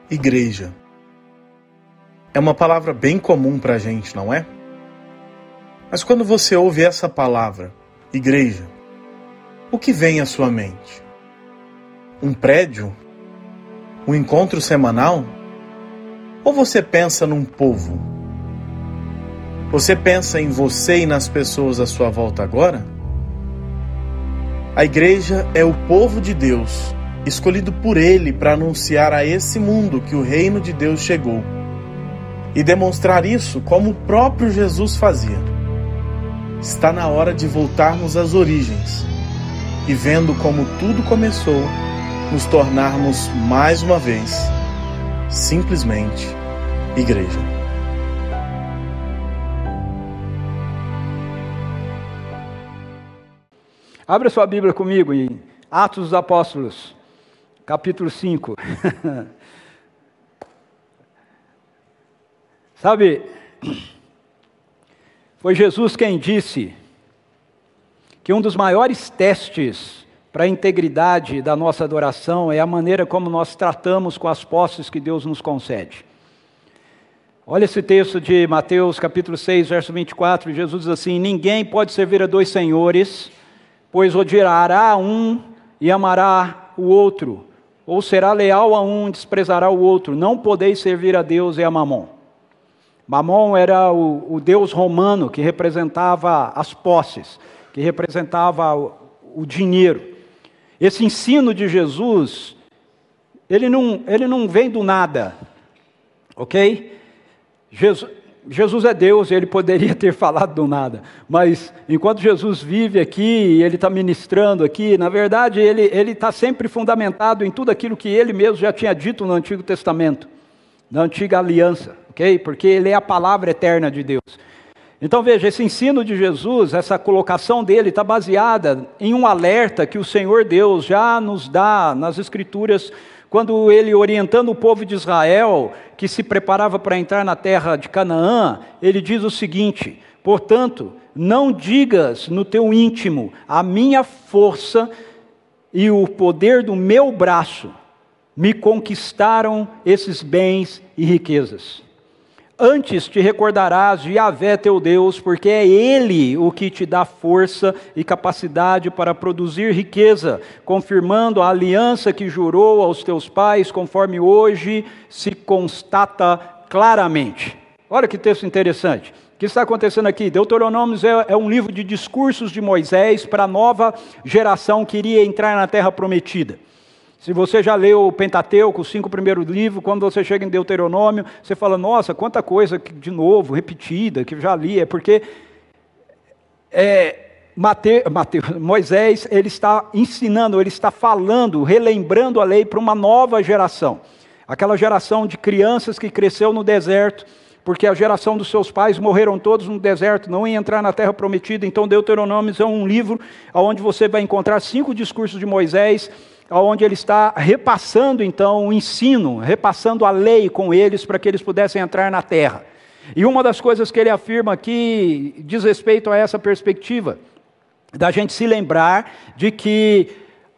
Igreja. É uma palavra bem comum para a gente, não é? Mas quando você ouve essa palavra, igreja, o que vem à sua mente? Um prédio? Um encontro semanal? Ou você pensa num povo? Você pensa em você e nas pessoas à sua volta agora? A igreja é o povo de Deus, escolhido por Ele para anunciar a esse mundo que o reino de Deus chegou e demonstrar isso como o próprio Jesus fazia. Está na hora de voltarmos às origens e, vendo como tudo começou, nos tornarmos mais uma vez simplesmente igreja. Abra sua Bíblia comigo em Atos dos Apóstolos, capítulo 5. Sabe, foi Jesus quem disse que um dos maiores testes para a integridade da nossa adoração é a maneira como nós tratamos com as posses que Deus nos concede. Olha esse texto de Mateus, capítulo 6, verso 24, Jesus diz assim: ninguém pode servir a dois senhores, pois odiará a um e amará o outro, ou será leal a um e desprezará o outro. Não podeis servir a Deus e a Mamon. Mamon era o deus romano que representava as posses, que representava o dinheiro. Esse ensino de Jesus, ele não vem do nada, ok? Jesus é Deus, ele poderia ter falado do nada, mas enquanto Jesus vive aqui, ele está ministrando aqui, na verdade ele está sempre fundamentado em tudo aquilo que ele mesmo já tinha dito no Antigo Testamento, na Antiga Aliança, ok? Porque ele é a palavra eterna de Deus. Então veja, esse ensino de Jesus, essa colocação dele está baseada em um alerta que o Senhor Deus já nos dá nas Escrituras, quando ele, orientando o povo de Israel, que se preparava para entrar na terra de Canaã, ele diz o seguinte: portanto, não digas no teu íntimo, a minha força e o poder do meu braço me conquistaram esses bens e riquezas. Antes te recordarás de Yahvé teu Deus, porque é Ele o que te dá força e capacidade para produzir riqueza, confirmando a aliança que jurou aos teus pais, conforme hoje se constata claramente. Olha que texto interessante. O que está acontecendo aqui? Deuteronômios é um livro de discursos de Moisés para a nova geração que iria entrar na terra prometida. Se você já leu o Pentateuco, os 5 primeiros livros, quando você chega em Deuteronômio, você fala, nossa, quanta coisa de novo, repetida, que eu já li. É porque Moisés, ele está ensinando, ele está falando, relembrando a lei para uma nova geração. Aquela geração de crianças que cresceu no deserto, porque a geração dos seus pais morreram todos no deserto, não iam entrar na terra prometida. Então Deuteronômios é um livro onde você vai encontrar 5 discursos de Moisés, onde ele está repassando então o ensino, repassando a lei com eles para que eles pudessem entrar na terra. E uma das coisas que ele afirma aqui diz respeito a essa perspectiva, da gente se lembrar de que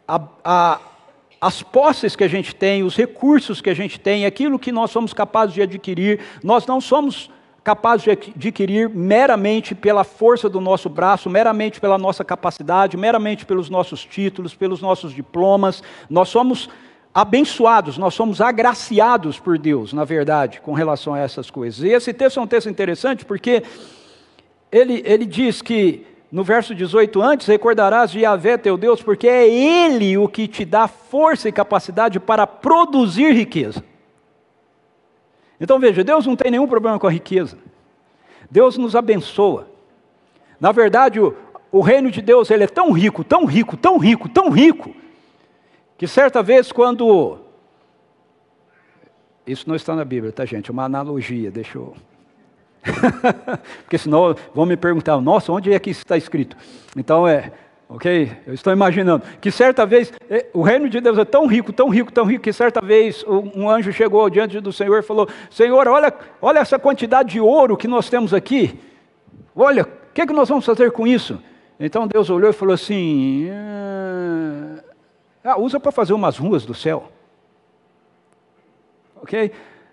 as posses que a gente tem, os recursos que a gente tem, aquilo que nós somos capazes de adquirir, nós não somos capazes de adquirir meramente pela força do nosso braço, meramente pela nossa capacidade, meramente pelos nossos títulos, pelos nossos diplomas. Nós somos abençoados, nós somos agraciados por Deus, na verdade, com relação a essas coisas. E esse texto é um texto interessante porque ele diz que, no verso 18, antes recordarás de Yahvé teu Deus, porque é Ele o que te dá força e capacidade para produzir riqueza. Então veja, Deus não tem nenhum problema com a riqueza. Deus nos abençoa. Na verdade, o reino de Deus, ele é tão rico, tão rico, tão rico, tão rico, que certa vez quando... Isso não está na Bíblia, tá, gente? É uma analogia, deixa eu... Porque senão vão me perguntar, nossa, onde é que isso está escrito? Então ok? Eu estou imaginando que certa vez, o reino de Deus é tão rico, tão rico, tão rico, que certa vez um anjo chegou diante do Senhor e falou, Senhor, olha essa quantidade de ouro que nós temos aqui, olha, o que nós vamos fazer com isso? Então Deus olhou e falou assim, usa para fazer umas ruas do céu. ok?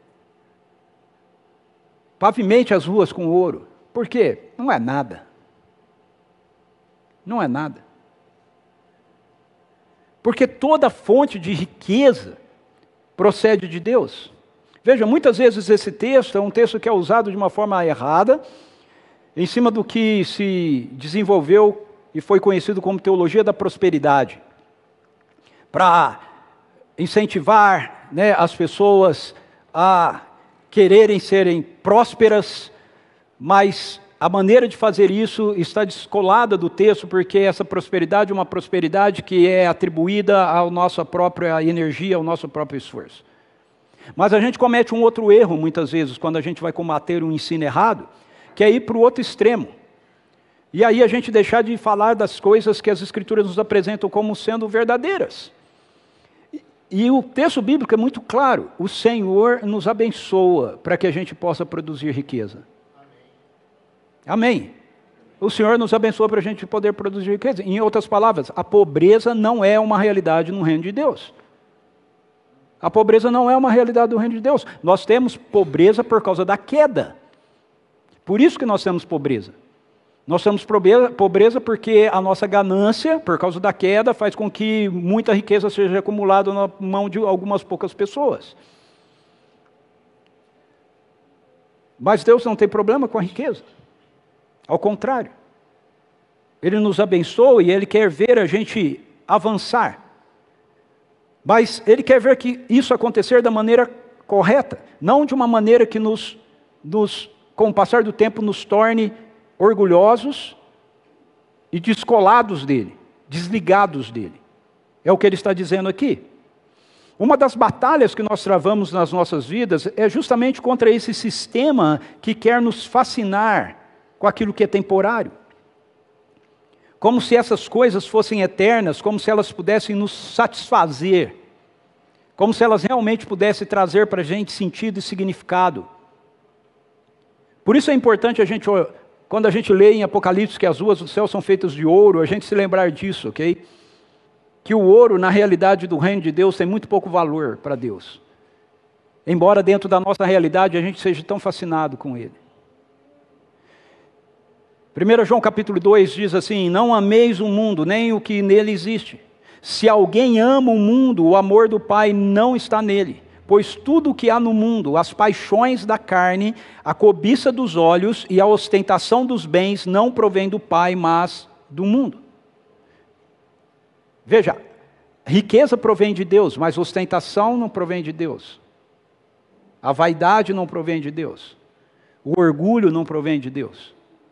Pavimente as ruas com ouro. Por quê? Não é nada. Não é nada. Porque toda fonte de riqueza procede de Deus. Veja, muitas vezes esse texto é um texto que é usado de uma forma errada, em cima do que se desenvolveu e foi conhecido como teologia da prosperidade, para incentivar, né, as pessoas a quererem serem prósperas, mas a maneira de fazer isso está descolada do texto, porque essa prosperidade é uma prosperidade que é atribuída à nossa própria energia, ao nosso próprio esforço. Mas a gente comete um outro erro, muitas vezes, quando a gente vai combater um ensino errado, que é ir para o outro extremo. E aí a gente deixar de falar das coisas que as Escrituras nos apresentam como sendo verdadeiras. E o texto bíblico é muito claro: o Senhor nos abençoa para que a gente possa produzir riqueza. Amém. O Senhor nos abençoa para a gente poder produzir riqueza. Em outras palavras, a pobreza não é uma realidade no reino de Deus. A pobreza não é uma realidade do reino de Deus. Nós temos pobreza por causa da queda. Por isso que nós temos pobreza. Nós temos pobreza porque a nossa ganância, por causa da queda, faz com que muita riqueza seja acumulada na mão de algumas poucas pessoas. Mas Deus não tem problema com a riqueza. Ao contrário. Ele nos abençoa e Ele quer ver a gente avançar. Mas Ele quer ver que isso acontecer da maneira correta. Não de uma maneira que com o passar do tempo, nos torne orgulhosos e descolados dele, desligados dele. É o que ele está dizendo aqui. Uma das batalhas que nós travamos nas nossas vidas é justamente contra esse sistema que quer nos fascinar com aquilo que é temporário. Como se essas coisas fossem eternas, como se elas pudessem nos satisfazer, como se elas realmente pudessem trazer para a gente sentido e significado. Por isso é importante a gente, quando a gente lê em Apocalipse que as ruas do céu são feitas de ouro, a gente se lembrar disso, ok? Que o ouro, na realidade do reino de Deus, tem muito pouco valor para Deus. Embora dentro da nossa realidade a gente seja tão fascinado com ele. 1 João capítulo 2 diz assim: não ameis o mundo, nem o que nele existe. Se alguém ama o mundo, o amor do Pai não está nele. Pois tudo o que há no mundo, as paixões da carne, a cobiça dos olhos e a ostentação dos bens, não provém do Pai, mas do mundo. Veja, riqueza provém de Deus, mas ostentação não provém de Deus. A vaidade não provém de Deus. O orgulho não provém de Deus.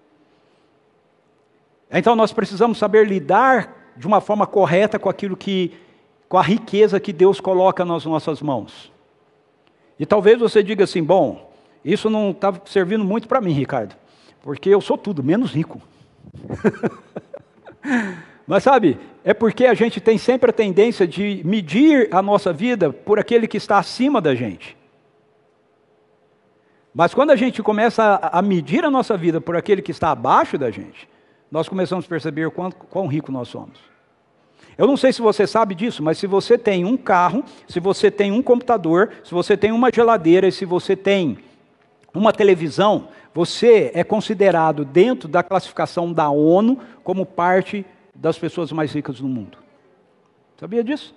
Então nós precisamos saber lidar de uma forma correta com com a riqueza que Deus coloca nas nossas mãos. E talvez você diga assim: bom, isso não está servindo muito para mim, Ricardo, porque eu sou tudo menos rico. Mas sabe, é porque a gente tem sempre a tendência de medir a nossa vida por aquele que está acima da gente. Mas quando a gente começa a medir a nossa vida por aquele que está abaixo da gente, nós começamos a perceber quão rico nós somos. Eu não sei se você sabe disso, mas se você tem um carro, se você tem um computador, se você tem uma geladeira e se você tem uma televisão, você é considerado dentro da classificação da ONU como parte das pessoas mais ricas do mundo. Sabia disso?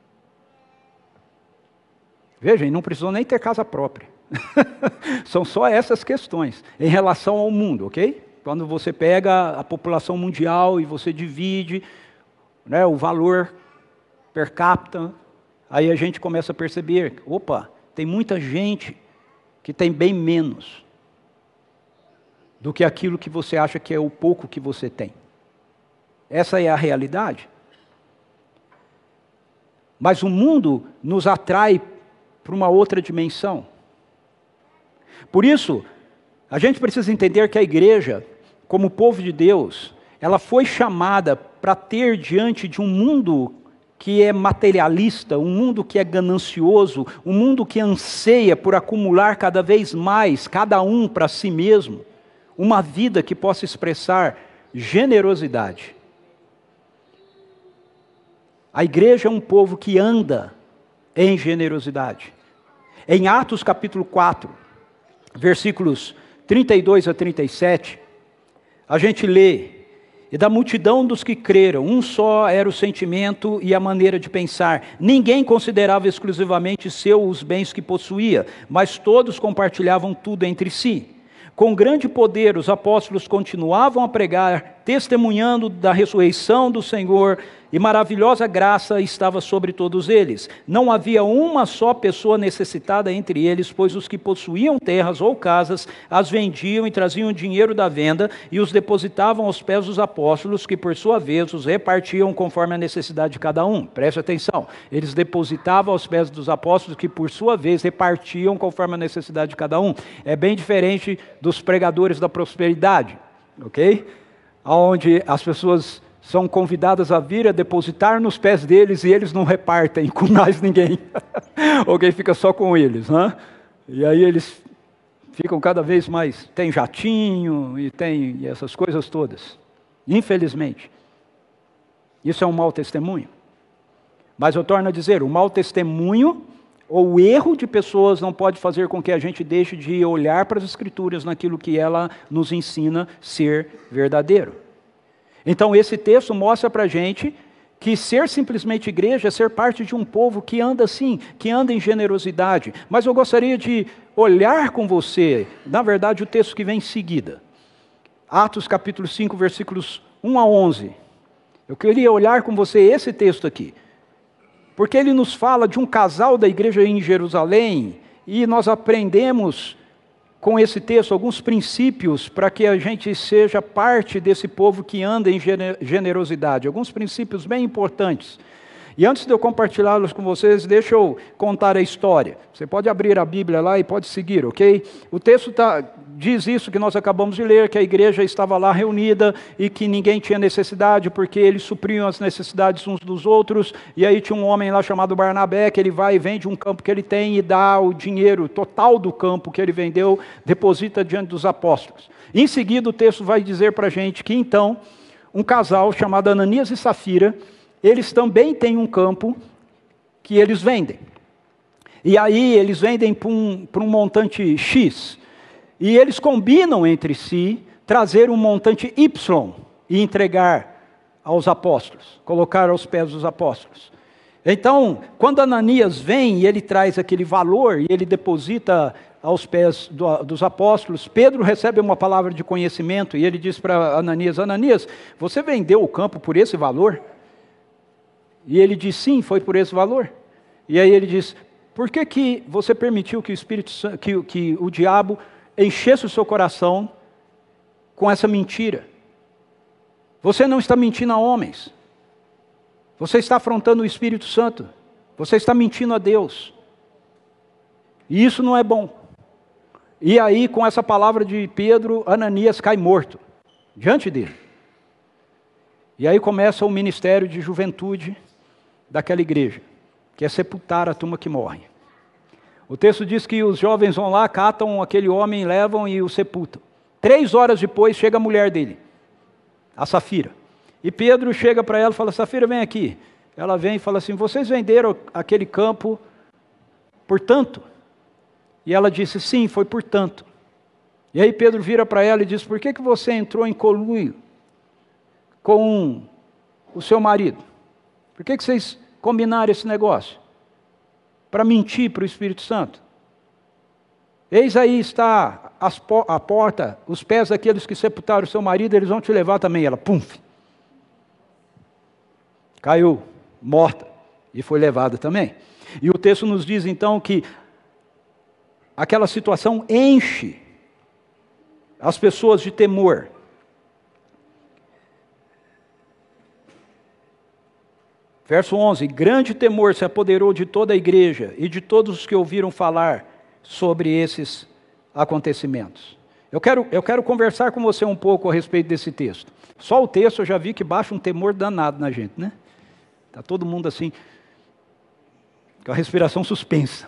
Veja, e não precisou nem ter casa própria. São só essas questões em relação ao mundo, ok? Quando você pega a população mundial e você divide, né, o valor per capita, aí a gente começa a perceber, opa, tem muita gente que tem bem menos do que aquilo que você acha que é o pouco que você tem. Essa é a realidade. Mas o mundo nos atrai para uma outra dimensão. Por isso, a gente precisa entender que a igreja, como povo de Deus, ela foi chamada para ter diante de um mundo que é materialista, um mundo que é ganancioso, um mundo que anseia por acumular cada vez mais, cada um para si mesmo, uma vida que possa expressar generosidade. A igreja é um povo que anda em generosidade. Em Atos capítulo 4, versículos 32 a 37, a gente lê: e da multidão dos que creram, um só era o sentimento e a maneira de pensar. Ninguém considerava exclusivamente seu os bens que possuía, mas todos compartilhavam tudo entre si. Com grande poder, os apóstolos continuavam a pregar, testemunhando da ressurreição do Senhor, e maravilhosa graça estava sobre todos eles. Não havia uma só pessoa necessitada entre eles, pois os que possuíam terras ou casas as vendiam e traziam o dinheiro da venda e os depositavam aos pés dos apóstolos, que por sua vez os repartiam conforme a necessidade de cada um. Preste atenção, eles depositavam aos pés dos apóstolos, que por sua vez repartiam conforme a necessidade de cada um. É bem diferente dos pregadores da prosperidade, ok? Onde as pessoas são convidadas a vir a depositar nos pés deles e eles não repartem com mais ninguém. Alguém fica só com eles, né? E aí eles ficam cada vez mais, tem jatinho e tem essas coisas todas. Infelizmente. Isso é um mau testemunho. Mas eu torno a dizer, o mau testemunho ou o erro de pessoas não pode fazer com que a gente deixe de olhar para as Escrituras naquilo que ela nos ensina ser verdadeiro. Então esse texto mostra para a gente que ser simplesmente igreja é ser parte de um povo que anda assim, que anda em generosidade. Mas eu gostaria de olhar com você, na verdade, o texto que vem em seguida. Atos capítulo 5, versículos 1 a 11. Eu queria olhar com você esse texto aqui. Porque ele nos fala de um casal da igreja em Jerusalém, e nós aprendemos com esse texto alguns princípios para que a gente seja parte desse povo que anda em generosidade. Alguns princípios bem importantes. E antes de eu compartilhá-los com vocês, deixa eu contar a história. Você pode abrir a Bíblia lá e pode seguir, ok? O texto diz isso que nós acabamos de ler, que a igreja estava lá reunida e que ninguém tinha necessidade, porque eles supriam as necessidades uns dos outros. E aí tinha um homem lá chamado Barnabé, que ele vai e vende um campo que ele tem e dá o dinheiro total do campo que ele vendeu, deposita diante dos apóstolos. Em seguida, o texto vai dizer para a gente que então, um casal chamado Ananias e Safira, eles também têm um campo que eles vendem. E aí eles vendem para um montante X. E eles combinam entre si trazer um montante Y e entregar aos apóstolos, colocar aos pés dos apóstolos. Então, quando Ananias vem e ele traz aquele valor e ele deposita aos pés dos apóstolos, Pedro recebe uma palavra de conhecimento e ele diz para Ananias: Ananias, você vendeu o campo por esse valor? E ele diz: sim, foi por esse valor. E aí ele diz: por que você permitiu que o Espírito Santo, que o diabo enchesse o seu coração com essa mentira? Você não está mentindo a homens. Você está afrontando o Espírito Santo. Você está mentindo a Deus. E isso não é bom. E aí, com essa palavra de Pedro, Ananias cai morto diante dele. E aí começa o ministério de juventude daquela igreja, que é sepultar a turma que morre. O texto diz que os jovens vão lá, catam aquele homem, levam e o sepultam. 3 horas depois chega a mulher dele, a Safira. E Pedro chega para ela e fala: Safira, vem aqui. Ela vem e fala assim: vocês venderam aquele campo por tanto? E ela disse: sim, foi por tanto. E aí Pedro vira para ela e diz: por que você entrou em conluio com o seu marido? Por que vocês combinaram esse negócio? Para mentir para o Espírito Santo? Eis aí está a porta, os pés daqueles que sepultaram o seu marido, eles vão te levar também. Ela, pumf, caiu, morta, e foi levada também. E o texto nos diz então que aquela situação enche as pessoas de temor. Verso 11, grande temor se apoderou de toda a igreja e de todos os que ouviram falar sobre esses acontecimentos. Eu quero conversar com você um pouco a respeito desse texto. Só o texto eu já vi que baixa um temor danado na gente, né? Está todo mundo assim, com a respiração suspensa.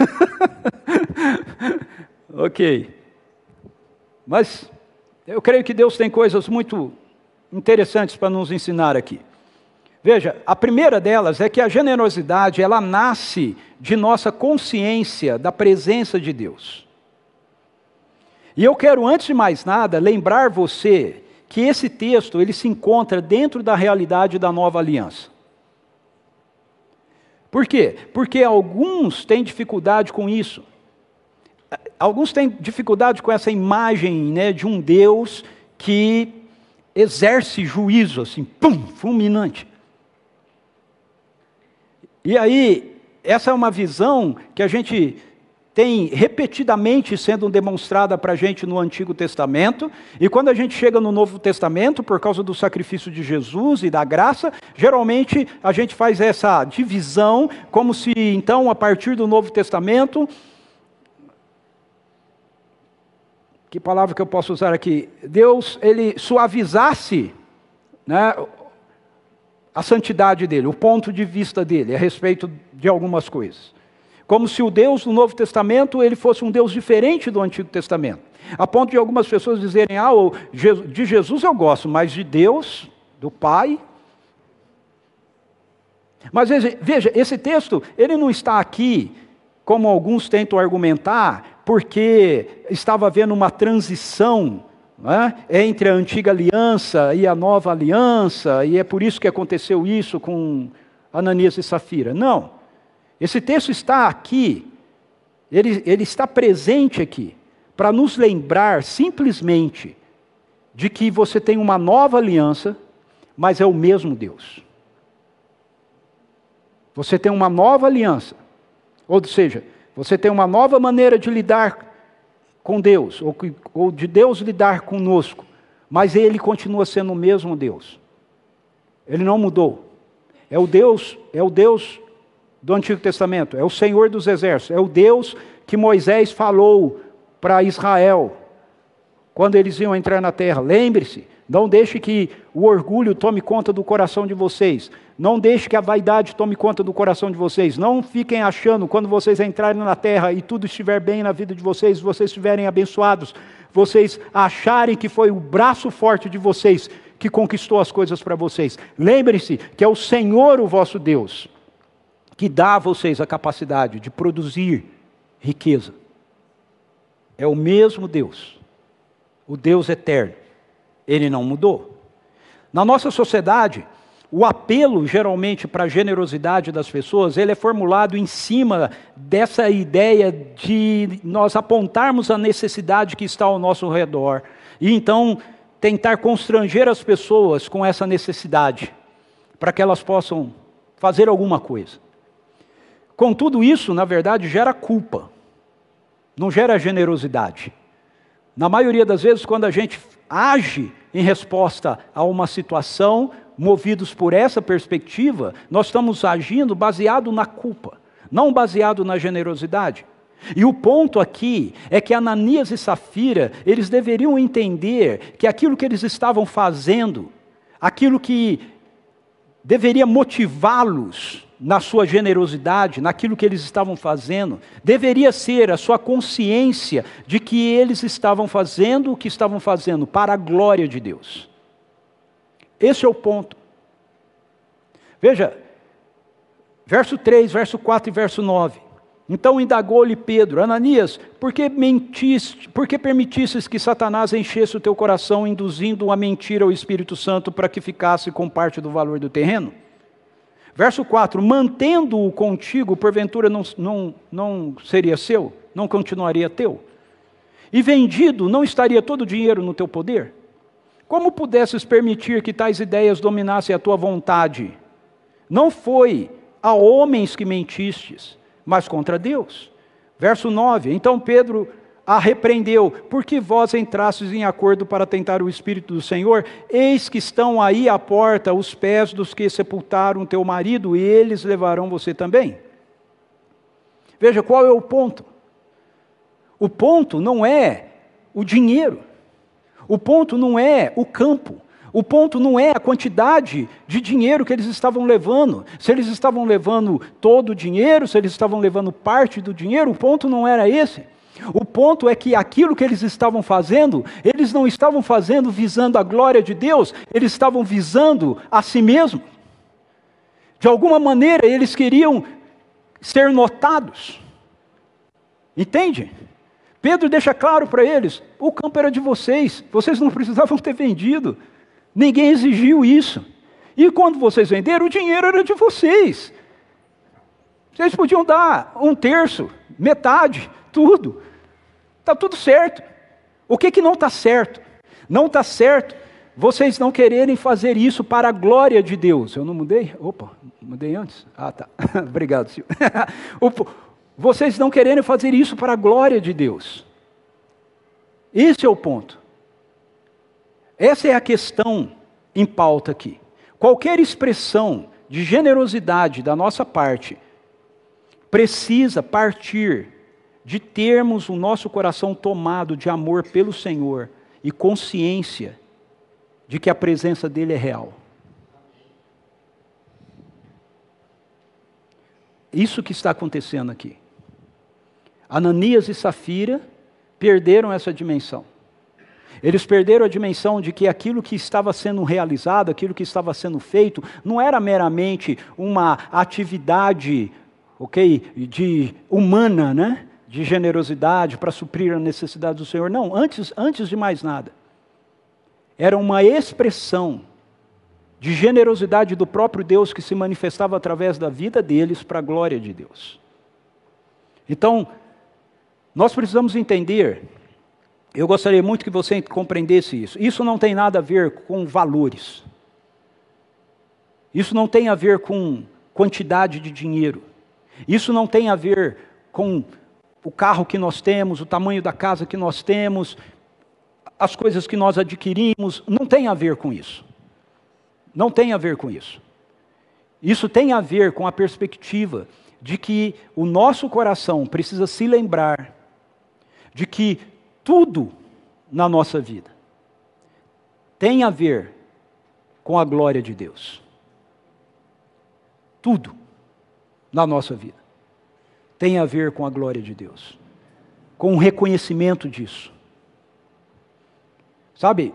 Ok. Mas eu creio que Deus tem coisas muito interessantes para nos ensinar aqui. Veja, a primeira delas é que a generosidade, ela nasce de nossa consciência da presença de Deus. E eu quero, antes de mais nada, lembrar você que esse texto, ele se encontra dentro da realidade da nova aliança. Por quê? Porque alguns têm dificuldade com isso. Alguns têm dificuldade com essa imagem, né, de um Deus que exerce juízo, assim, pum, fulminante. E aí, essa é uma visão que a gente tem repetidamente sendo demonstrada para a gente no Antigo Testamento, e quando a gente chega no Novo Testamento, por causa do sacrifício de Jesus e da graça, geralmente a gente faz essa divisão, como se então, a partir do Novo Testamento, que palavra que eu posso usar aqui? Deus, ele suavizasse, né, a santidade dele, o ponto de vista dele a respeito de algumas coisas. Como se o Deus do Novo Testamento ele fosse um Deus diferente do Antigo Testamento. A ponto de algumas pessoas dizerem, de Jesus eu gosto, mas de Deus, do Pai. Mas veja, esse texto, ele não está aqui, como alguns tentam argumentar, porque estava havendo uma transição, né, entre a antiga aliança e a nova aliança, e é por isso que aconteceu isso com Ananias e Safira. Não, esse texto está aqui, ele está presente aqui, para nos lembrar simplesmente de que você tem uma nova aliança, mas é o mesmo Deus. Você tem uma nova aliança, ou seja, você tem uma nova maneira de lidar com Deus, ou de Deus lidar conosco, mas Ele continua sendo o mesmo Deus. Ele não mudou. É o Deus do Antigo Testamento, é o Senhor dos Exércitos, é o Deus que Moisés falou para Israel, quando eles iam entrar na terra. Lembre-se, não deixe que o orgulho tome conta do coração de vocês, não deixe que a vaidade tome conta do coração de vocês, não fiquem achando, quando vocês entrarem na terra e tudo estiver bem na vida de vocês, vocês estiverem abençoados, vocês acharem que foi o braço forte de vocês que conquistou as coisas para vocês. Lembrem-se que é o Senhor, o vosso Deus, que dá a vocês a capacidade de produzir riqueza. É o mesmo Deus, o Deus eterno. Ele não mudou. Na nossa sociedade, o apelo geralmente para a generosidade das pessoas, ele é formulado em cima dessa ideia de nós apontarmos a necessidade que está ao nosso redor e então tentar constranger as pessoas com essa necessidade, para que elas possam fazer alguma coisa. Contudo, isso, na verdade, gera culpa, não gera generosidade. Na maioria das vezes, quando a gente age em resposta a uma situação, movidos por essa perspectiva, nós estamos agindo baseado na culpa, não baseado na generosidade. E o ponto aqui é que Ananias e Safira, eles deveriam entender que aquilo que eles estavam fazendo, aquilo que deveria motivá-los na sua generosidade, naquilo que eles estavam fazendo, deveria ser a sua consciência de que eles estavam fazendo o que estavam fazendo para a glória de Deus. Esse é o ponto. Veja, verso 3, verso 4 e verso 9. Então indagou-lhe Pedro: Ananias, por que permitisses que Satanás enchesse o teu coração, induzindo a mentira ao Espírito Santo para que ficasse com parte do valor do terreno? Verso 4, mantendo-o contigo, porventura não seria seu? Não continuaria teu? E vendido, não estaria todo o dinheiro no teu poder? Como pudesses permitir que tais ideias dominassem a tua vontade? Não foi a homens que mentistes, mas contra Deus. Verso 9, então Pedro a repreendeu: por que vós entrastes em acordo para tentar o Espírito do Senhor? Eis que estão aí à porta os pés dos que sepultaram teu marido, e eles levarão você também. Veja, qual é o ponto? O ponto não é o dinheiro, o ponto não é o campo, o ponto não é a quantidade de dinheiro que eles estavam levando, se eles estavam levando todo o dinheiro, se eles estavam levando parte do dinheiro, o ponto não era esse. O ponto é que aquilo que eles estavam fazendo, eles não estavam fazendo visando a glória de Deus, eles estavam visando a si mesmos. De alguma maneira eles queriam ser notados. Entende? Pedro deixa claro para eles, o campo era de vocês não precisavam ter vendido. Ninguém exigiu isso. E quando vocês venderam, o dinheiro era de vocês. Vocês podiam dar 1/3, metade, tudo. Está tudo certo. O que não está certo? Não está certo vocês não quererem fazer isso para a glória de Deus. Eu não mudei? Opa, mudei antes? Ah, tá. Obrigado, Silvio. Vocês não quererem fazer isso para a glória de Deus. Esse é o ponto. Essa é a questão em pauta aqui. Qualquer expressão de generosidade da nossa parte precisa partir de termos o nosso coração tomado de amor pelo Senhor e consciência de que a presença dele é real. Isso que está acontecendo aqui. Ananias e Safira perderam essa dimensão. Eles perderam a dimensão de que aquilo que estava sendo realizado, aquilo que estava sendo feito, não era meramente uma atividade, humana, né? De generosidade para suprir a necessidade do Senhor. Não, antes de mais nada. Era uma expressão de generosidade do próprio Deus que se manifestava através da vida deles para a glória de Deus. Então, nós precisamos entender, eu gostaria muito que você compreendesse isso. Isso não tem nada a ver com valores. Isso não tem a ver com quantidade de dinheiro. Isso não tem a ver com o carro que nós temos, o tamanho da casa que nós temos, as coisas que nós adquirimos. Não tem a ver com isso. Não tem a ver com isso. Isso tem a ver com a perspectiva de que o nosso coração precisa se lembrar de que tudo na nossa vida tem a ver com a glória de Deus. Tudo na nossa vida tem a ver com a glória de Deus, com o reconhecimento disso. Sabe,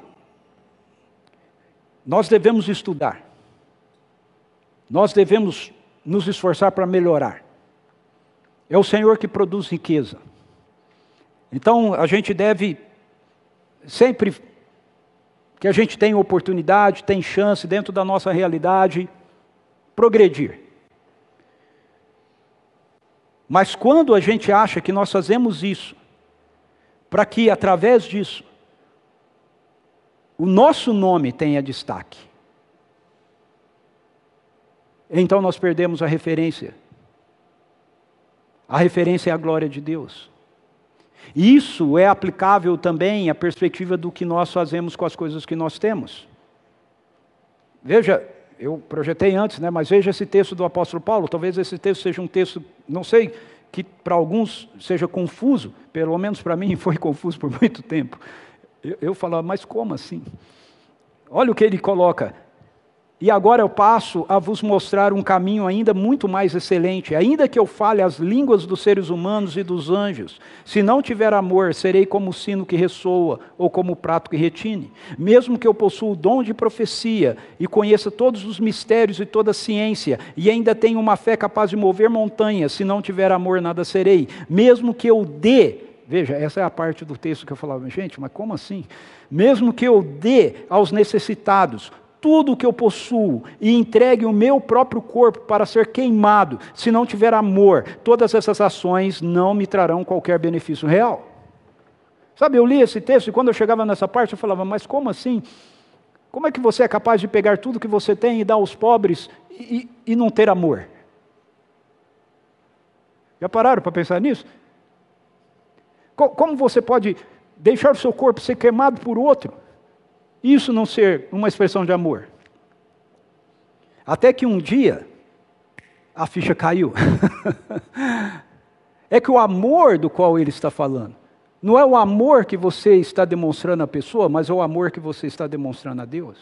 nós devemos estudar, nós devemos nos esforçar para melhorar. É o Senhor que produz riqueza. Então, a gente deve, sempre que a gente tem oportunidade, tem chance dentro da nossa realidade, progredir. Mas quando a gente acha que nós fazemos isso, para que através disso, o nosso nome tenha destaque, então nós perdemos a referência. A referência é a glória de Deus. Isso é aplicável também à perspectiva do que nós fazemos com as coisas que nós temos. Veja, eu projetei antes, mas veja esse texto do apóstolo Paulo. Talvez esse texto seja um texto, não sei, que para alguns seja confuso, pelo menos para mim foi confuso por muito tempo. Eu falava, mas como assim? Olha o que ele coloca. E agora eu passo a vos mostrar um caminho ainda muito mais excelente. Ainda que eu fale as línguas dos seres humanos e dos anjos, se não tiver amor, serei como o sino que ressoa, ou como o prato que retine. Mesmo que eu possua o dom de profecia, e conheça todos os mistérios e toda a ciência, e ainda tenha uma fé capaz de mover montanhas, se não tiver amor, nada serei. Mesmo que eu dê, veja, essa é a parte do texto que eu falava, gente, mas como assim? Mesmo que eu dê aos necessitados tudo o que eu possuo e entregue o meu próprio corpo para ser queimado, se não tiver amor, todas essas ações não me trarão qualquer benefício real. Sabe, eu li esse texto e quando eu chegava nessa parte eu falava, mas como assim? Como é que você é capaz de pegar tudo que você tem e dar aos pobres e não ter amor? Já pararam para pensar nisso? Como você pode deixar o seu corpo ser queimado por outro? Isso não ser uma expressão de amor. Até que um dia, a ficha caiu. É que o amor do qual ele está falando, não é o amor que você está demonstrando à pessoa, mas é o amor que você está demonstrando a Deus.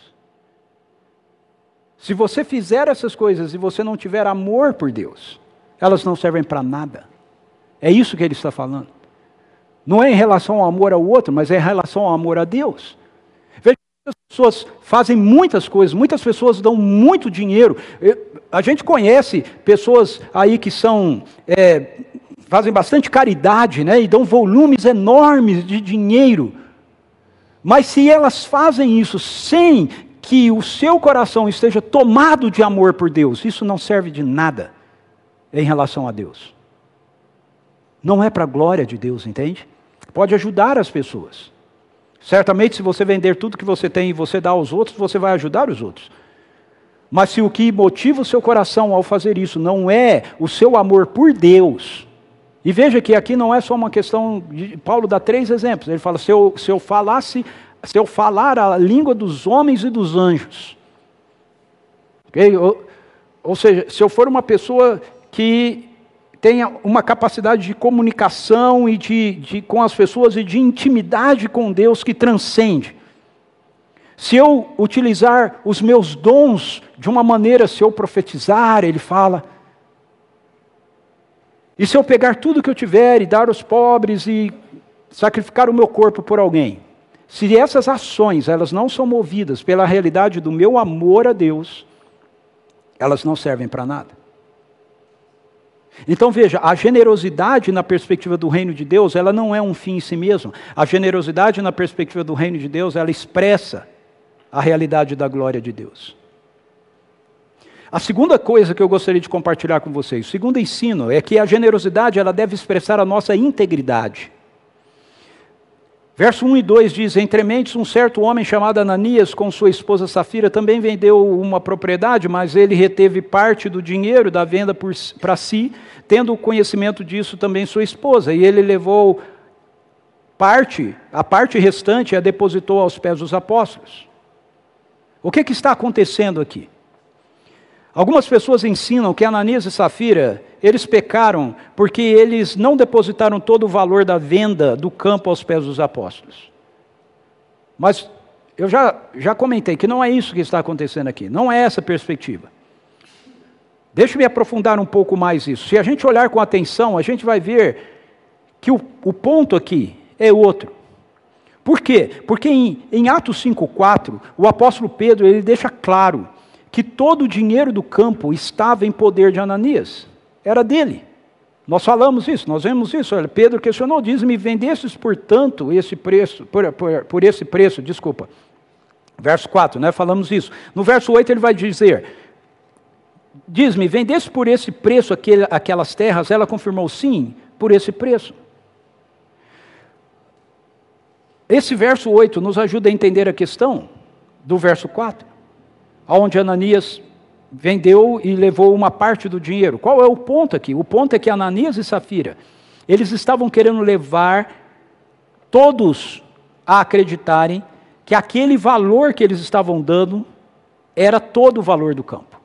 Se você fizer essas coisas e você não tiver amor por Deus, elas não servem para nada. É isso que ele está falando. Não é em relação ao amor ao outro, mas é em relação ao amor a Deus. Veja, Pessoas fazem muitas coisas, muitas pessoas dão muito dinheiro. A gente conhece pessoas aí que fazem bastante caridade, né, e dão volumes enormes de dinheiro. Mas se elas fazem isso sem que o seu coração esteja tomado de amor por Deus, isso não serve de nada em relação a Deus. Não é para a glória de Deus, entende? Pode ajudar as pessoas. Certamente, se você vender tudo que você tem e você dá aos outros, você vai ajudar os outros. Mas se o que motiva o seu coração ao fazer isso não é o seu amor por Deus, e veja que aqui não é só uma questão de Paulo dá 3 exemplos. Ele fala, se eu falar a língua dos homens e dos anjos, okay? Ou seja, se eu for uma pessoa que tenha uma capacidade de comunicação e com as pessoas e de intimidade com Deus que transcende. Se eu utilizar os meus dons de uma maneira, se eu profetizar, ele fala. E se eu pegar tudo que eu tiver e dar aos pobres e sacrificar o meu corpo por alguém. Se essas ações, elas não são movidas pela realidade do meu amor a Deus, elas não servem para nada. Então veja, a generosidade na perspectiva do reino de Deus, ela não é um fim em si mesmo. A generosidade na perspectiva do reino de Deus, ela expressa a realidade da glória de Deus. A segunda coisa que eu gostaria de compartilhar com vocês, o segundo ensino, é que a generosidade ela deve expressar a nossa integridade. Verso 1 e 2 diz, entre mentes um certo homem chamado Ananias com sua esposa Safira também vendeu uma propriedade, mas ele reteve parte do dinheiro da venda para si, tendo conhecimento disso também sua esposa, e ele levou a parte restante a depositou aos pés dos apóstolos. O que está acontecendo aqui? Algumas pessoas ensinam que Ananias e Safira, eles pecaram porque eles não depositaram todo o valor da venda do campo aos pés dos apóstolos. Mas eu já comentei que não é isso que está acontecendo aqui, não é essa perspectiva. Deixa-me aprofundar um pouco mais isso. Se a gente olhar com atenção, a gente vai ver que o ponto aqui é outro. Por quê? Porque em Atos 5,4, o apóstolo Pedro ele deixa claro que todo o dinheiro do campo estava em poder de Ananias, era dele. Nós falamos isso, nós vemos isso. Olha, Pedro questionou, diz-me, vendestes portanto esse preço, por esse preço, desculpa. Verso 4, né, falamos isso. No verso 8 ele vai dizer, diz-me, vendeste por esse preço aquelas terras? Ela confirmou, sim, por esse preço. Esse verso 8 nos ajuda a entender a questão do verso 4. Onde Ananias vendeu e levou uma parte do dinheiro. Qual é o ponto aqui? O ponto é que Ananias e Safira, eles estavam querendo levar todos a acreditarem que aquele valor que eles estavam dando era todo o valor do campo.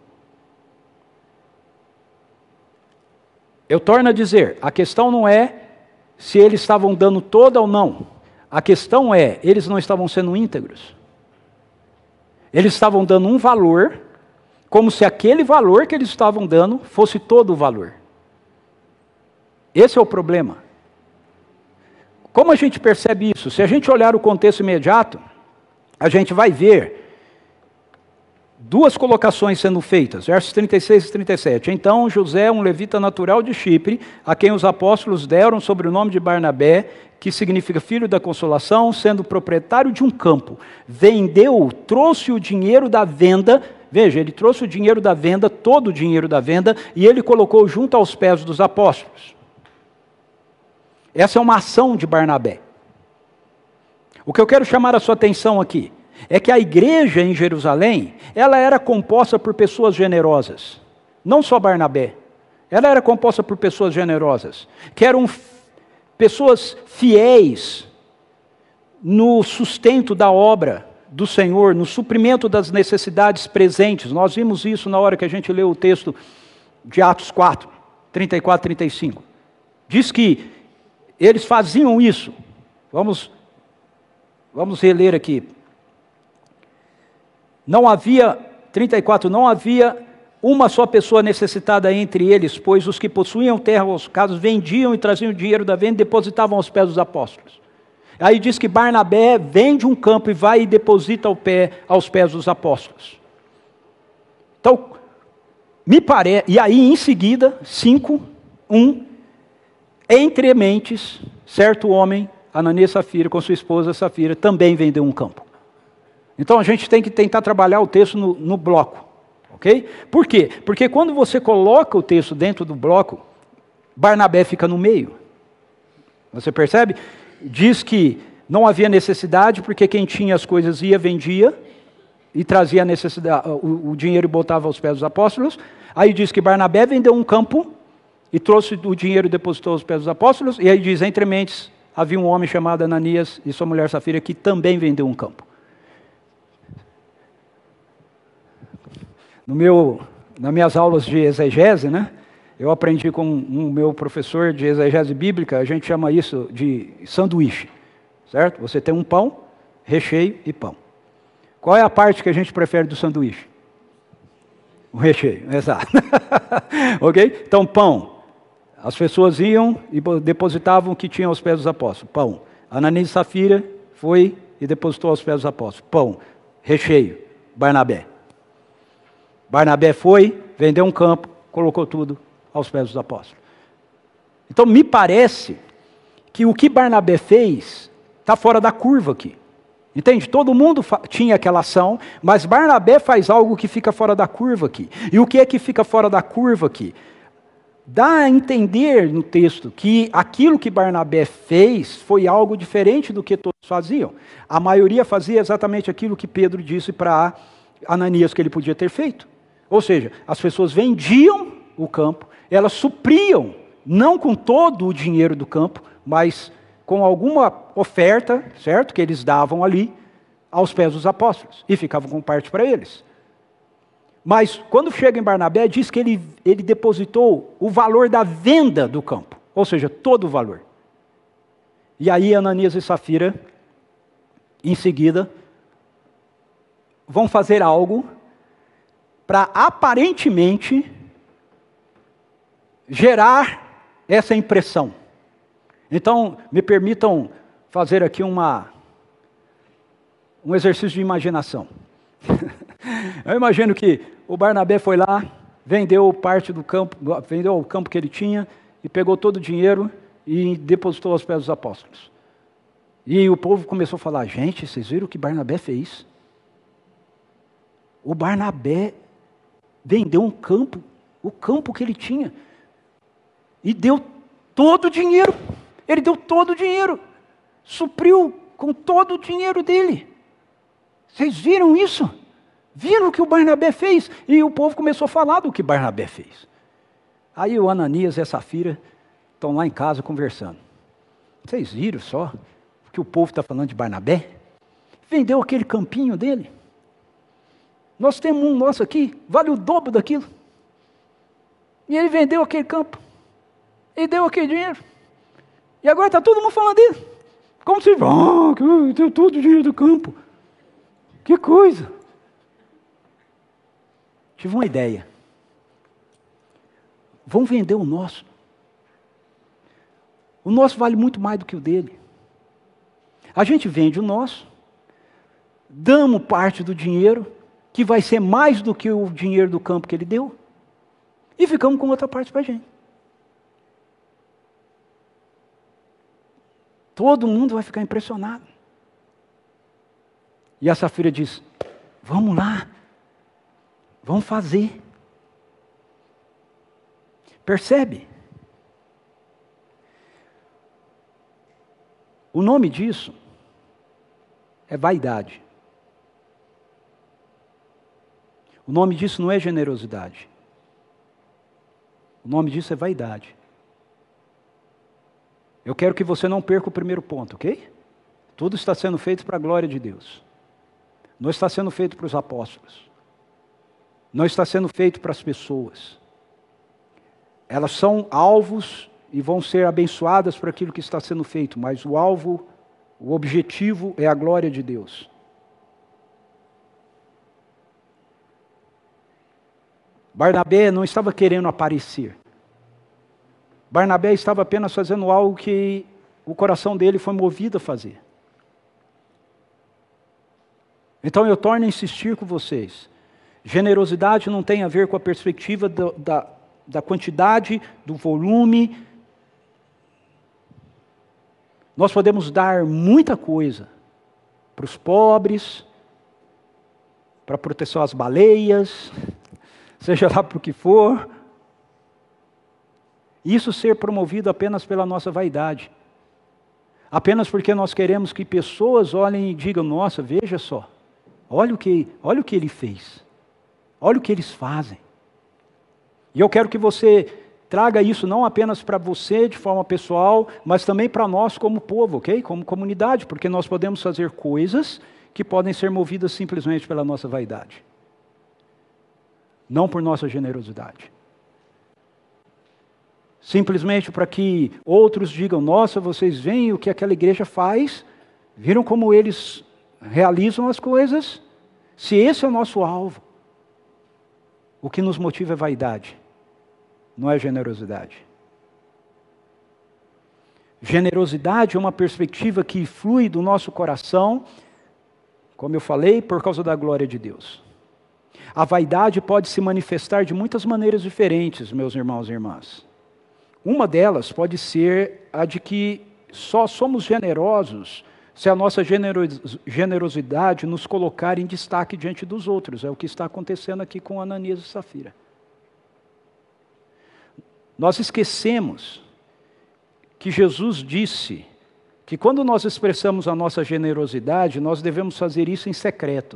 Eu torno a dizer, a questão não é se eles estavam dando toda ou não. A questão é, eles não estavam sendo íntegros. Eles estavam dando um valor, como se aquele valor que eles estavam dando fosse todo o valor. Esse é o problema. Como a gente percebe isso? Se a gente olhar o contexto imediato, a gente vai ver duas colocações sendo feitas, versos 36 e 37. Então José, um levita natural de Chipre, a quem os apóstolos deram sobre o nome de Barnabé, que significa filho da consolação, sendo proprietário de um campo, vendeu, trouxe o dinheiro da venda, veja, ele trouxe o dinheiro da venda, todo o dinheiro da venda, e ele colocou junto aos pés dos apóstolos. Essa é uma ação de Barnabé. O que eu quero chamar a sua atenção aqui, é que a igreja em Jerusalém, ela era composta por pessoas generosas, não só Barnabé, ela era composta por pessoas generosas, que eram pessoas fiéis no sustento da obra do Senhor, no suprimento das necessidades presentes. Nós vimos isso na hora que a gente leu o texto de Atos 4, 34, 35. Diz que eles faziam isso. Vamos reler aqui. Não havia, 34, não havia uma só pessoa necessitada entre eles, pois os que possuíam terra ou casas vendiam e traziam o dinheiro da venda e depositavam aos pés dos apóstolos. Aí diz que Barnabé vende um campo e vai e deposita aos pés dos apóstolos. Então, me parece, e aí em seguida, 5:1, entre mentes, certo homem, Ananias e Safira, com sua esposa Safira, também vendeu um campo. Então a gente tem que tentar trabalhar o texto no bloco, ok? Por quê? Porque quando você coloca o texto dentro do bloco, Barnabé fica no meio. Você percebe? Diz que não havia necessidade, porque quem tinha as coisas ia, vendia, e trazia a necessidade, o dinheiro e botava aos pés dos apóstolos. Aí diz que Barnabé vendeu um campo, e trouxe o dinheiro e depositou aos pés dos apóstolos. E aí diz, entre mentes, havia um homem chamado Ananias e sua mulher Safira, que também vendeu um campo. Nas minhas aulas de exegese, né? Eu aprendi com um meu professor de exegese bíblica, a gente chama isso de sanduíche, certo? Você tem um pão, recheio e pão. Qual é a parte que a gente prefere do sanduíche? O recheio, exato. Ok? Então, pão. As pessoas iam e depositavam o que tinha aos pés dos apóstolos. Pão. Ananias e Safira foi e depositou aos pés dos apóstolos. Pão. Recheio. Barnabé. Barnabé foi, vendeu um campo, colocou tudo aos pés dos apóstolos. Então, me parece que o que Barnabé fez está fora da curva aqui. Entende? Todo mundo tinha aquela ação, mas Barnabé faz algo que fica fora da curva aqui. E o que é que fica fora da curva aqui? Dá a entender no texto que aquilo que Barnabé fez foi algo diferente do que todos faziam. A maioria fazia exatamente aquilo que Pedro disse para Ananias que ele podia ter feito. Ou seja, as pessoas vendiam o campo, elas supriam, não com todo o dinheiro do campo, mas com alguma oferta, certo, que eles davam ali, aos pés dos apóstolos, e ficavam com parte para eles. Mas, quando chega em Barnabé, diz que ele depositou o valor da venda do campo, ou seja, todo o valor. E aí, Ananias e Safira, em seguida, vão fazer algo para, aparentemente, gerar essa impressão. Então, me permitam fazer aqui um exercício de imaginação. Eu imagino que o Barnabé foi lá, vendeu parte do campo, vendeu o campo que ele tinha, e pegou todo o dinheiro e depositou aos pés dos apóstolos. E o povo começou a falar, gente, vocês viram o que Barnabé fez? O Barnabé vendeu um campo, o campo que ele tinha, e deu todo o dinheiro. Ele deu todo o dinheiro, supriu com todo o dinheiro dele. Vocês viram isso? Viram o que o Barnabé fez? E o povo começou a falar do que Barnabé fez. Aí o Ananias e a Safira estão lá em casa conversando. Vocês viram só o que o povo está falando de Barnabé? Vendeu aquele campinho dele. Nós temos um nosso aqui, vale o dobro daquilo. E ele vendeu aquele campo. E deu aquele dinheiro. E agora está todo mundo falando dele. Como se, deu todo o dinheiro do campo. Que coisa. Tive uma ideia. Vamos vender o nosso. O nosso vale muito mais do que o dele. A gente vende o nosso, damos parte do dinheiro, que vai ser mais do que o dinheiro do campo que ele deu, e ficamos com outra parte para a gente. Todo mundo vai ficar impressionado. E a Safira diz, vamos lá, vamos fazer. Percebe? O nome disso é vaidade. O nome disso não é generosidade. O nome disso é vaidade. Eu quero que você não perca o primeiro ponto, ok? Tudo está sendo feito para a glória de Deus. Não está sendo feito para os apóstolos. Não está sendo feito para as pessoas. Elas são alvos e vão ser abençoadas por aquilo que está sendo feito, mas o alvo, o objetivo é a glória de Deus. Barnabé não estava querendo aparecer. Barnabé estava apenas fazendo algo que o coração dele foi movido a fazer. Então eu torno a insistir com vocês. Generosidade não tem a ver com a perspectiva da quantidade, do volume. Nós podemos dar muita coisa para os pobres, para a proteção às baleias, seja lá para o que for. Isso ser promovido apenas pela nossa vaidade. Apenas porque nós queremos que pessoas olhem e digam, nossa, veja só, olha o que ele fez, olha o que eles fazem. E eu quero que você traga isso não apenas para você de forma pessoal, mas também para nós como povo, ok? Como comunidade, porque nós podemos fazer coisas que podem ser movidas simplesmente pela nossa vaidade. Não por nossa generosidade. Simplesmente para que outros digam, nossa, vocês veem o que aquela igreja faz, viram como eles realizam as coisas? Se esse é o nosso alvo, o que nos motiva é vaidade, não é generosidade. Generosidade é uma perspectiva que flui do nosso coração, como eu falei, por causa da glória de Deus. A vaidade pode se manifestar de muitas maneiras diferentes, meus irmãos e irmãs. Uma delas pode ser a de que só somos generosos se a nossa generosidade nos colocar em destaque diante dos outros. É o que está acontecendo aqui com Ananias e Safira. Nós esquecemos que Jesus disse que quando nós expressamos a nossa generosidade, nós devemos fazer isso em secreto.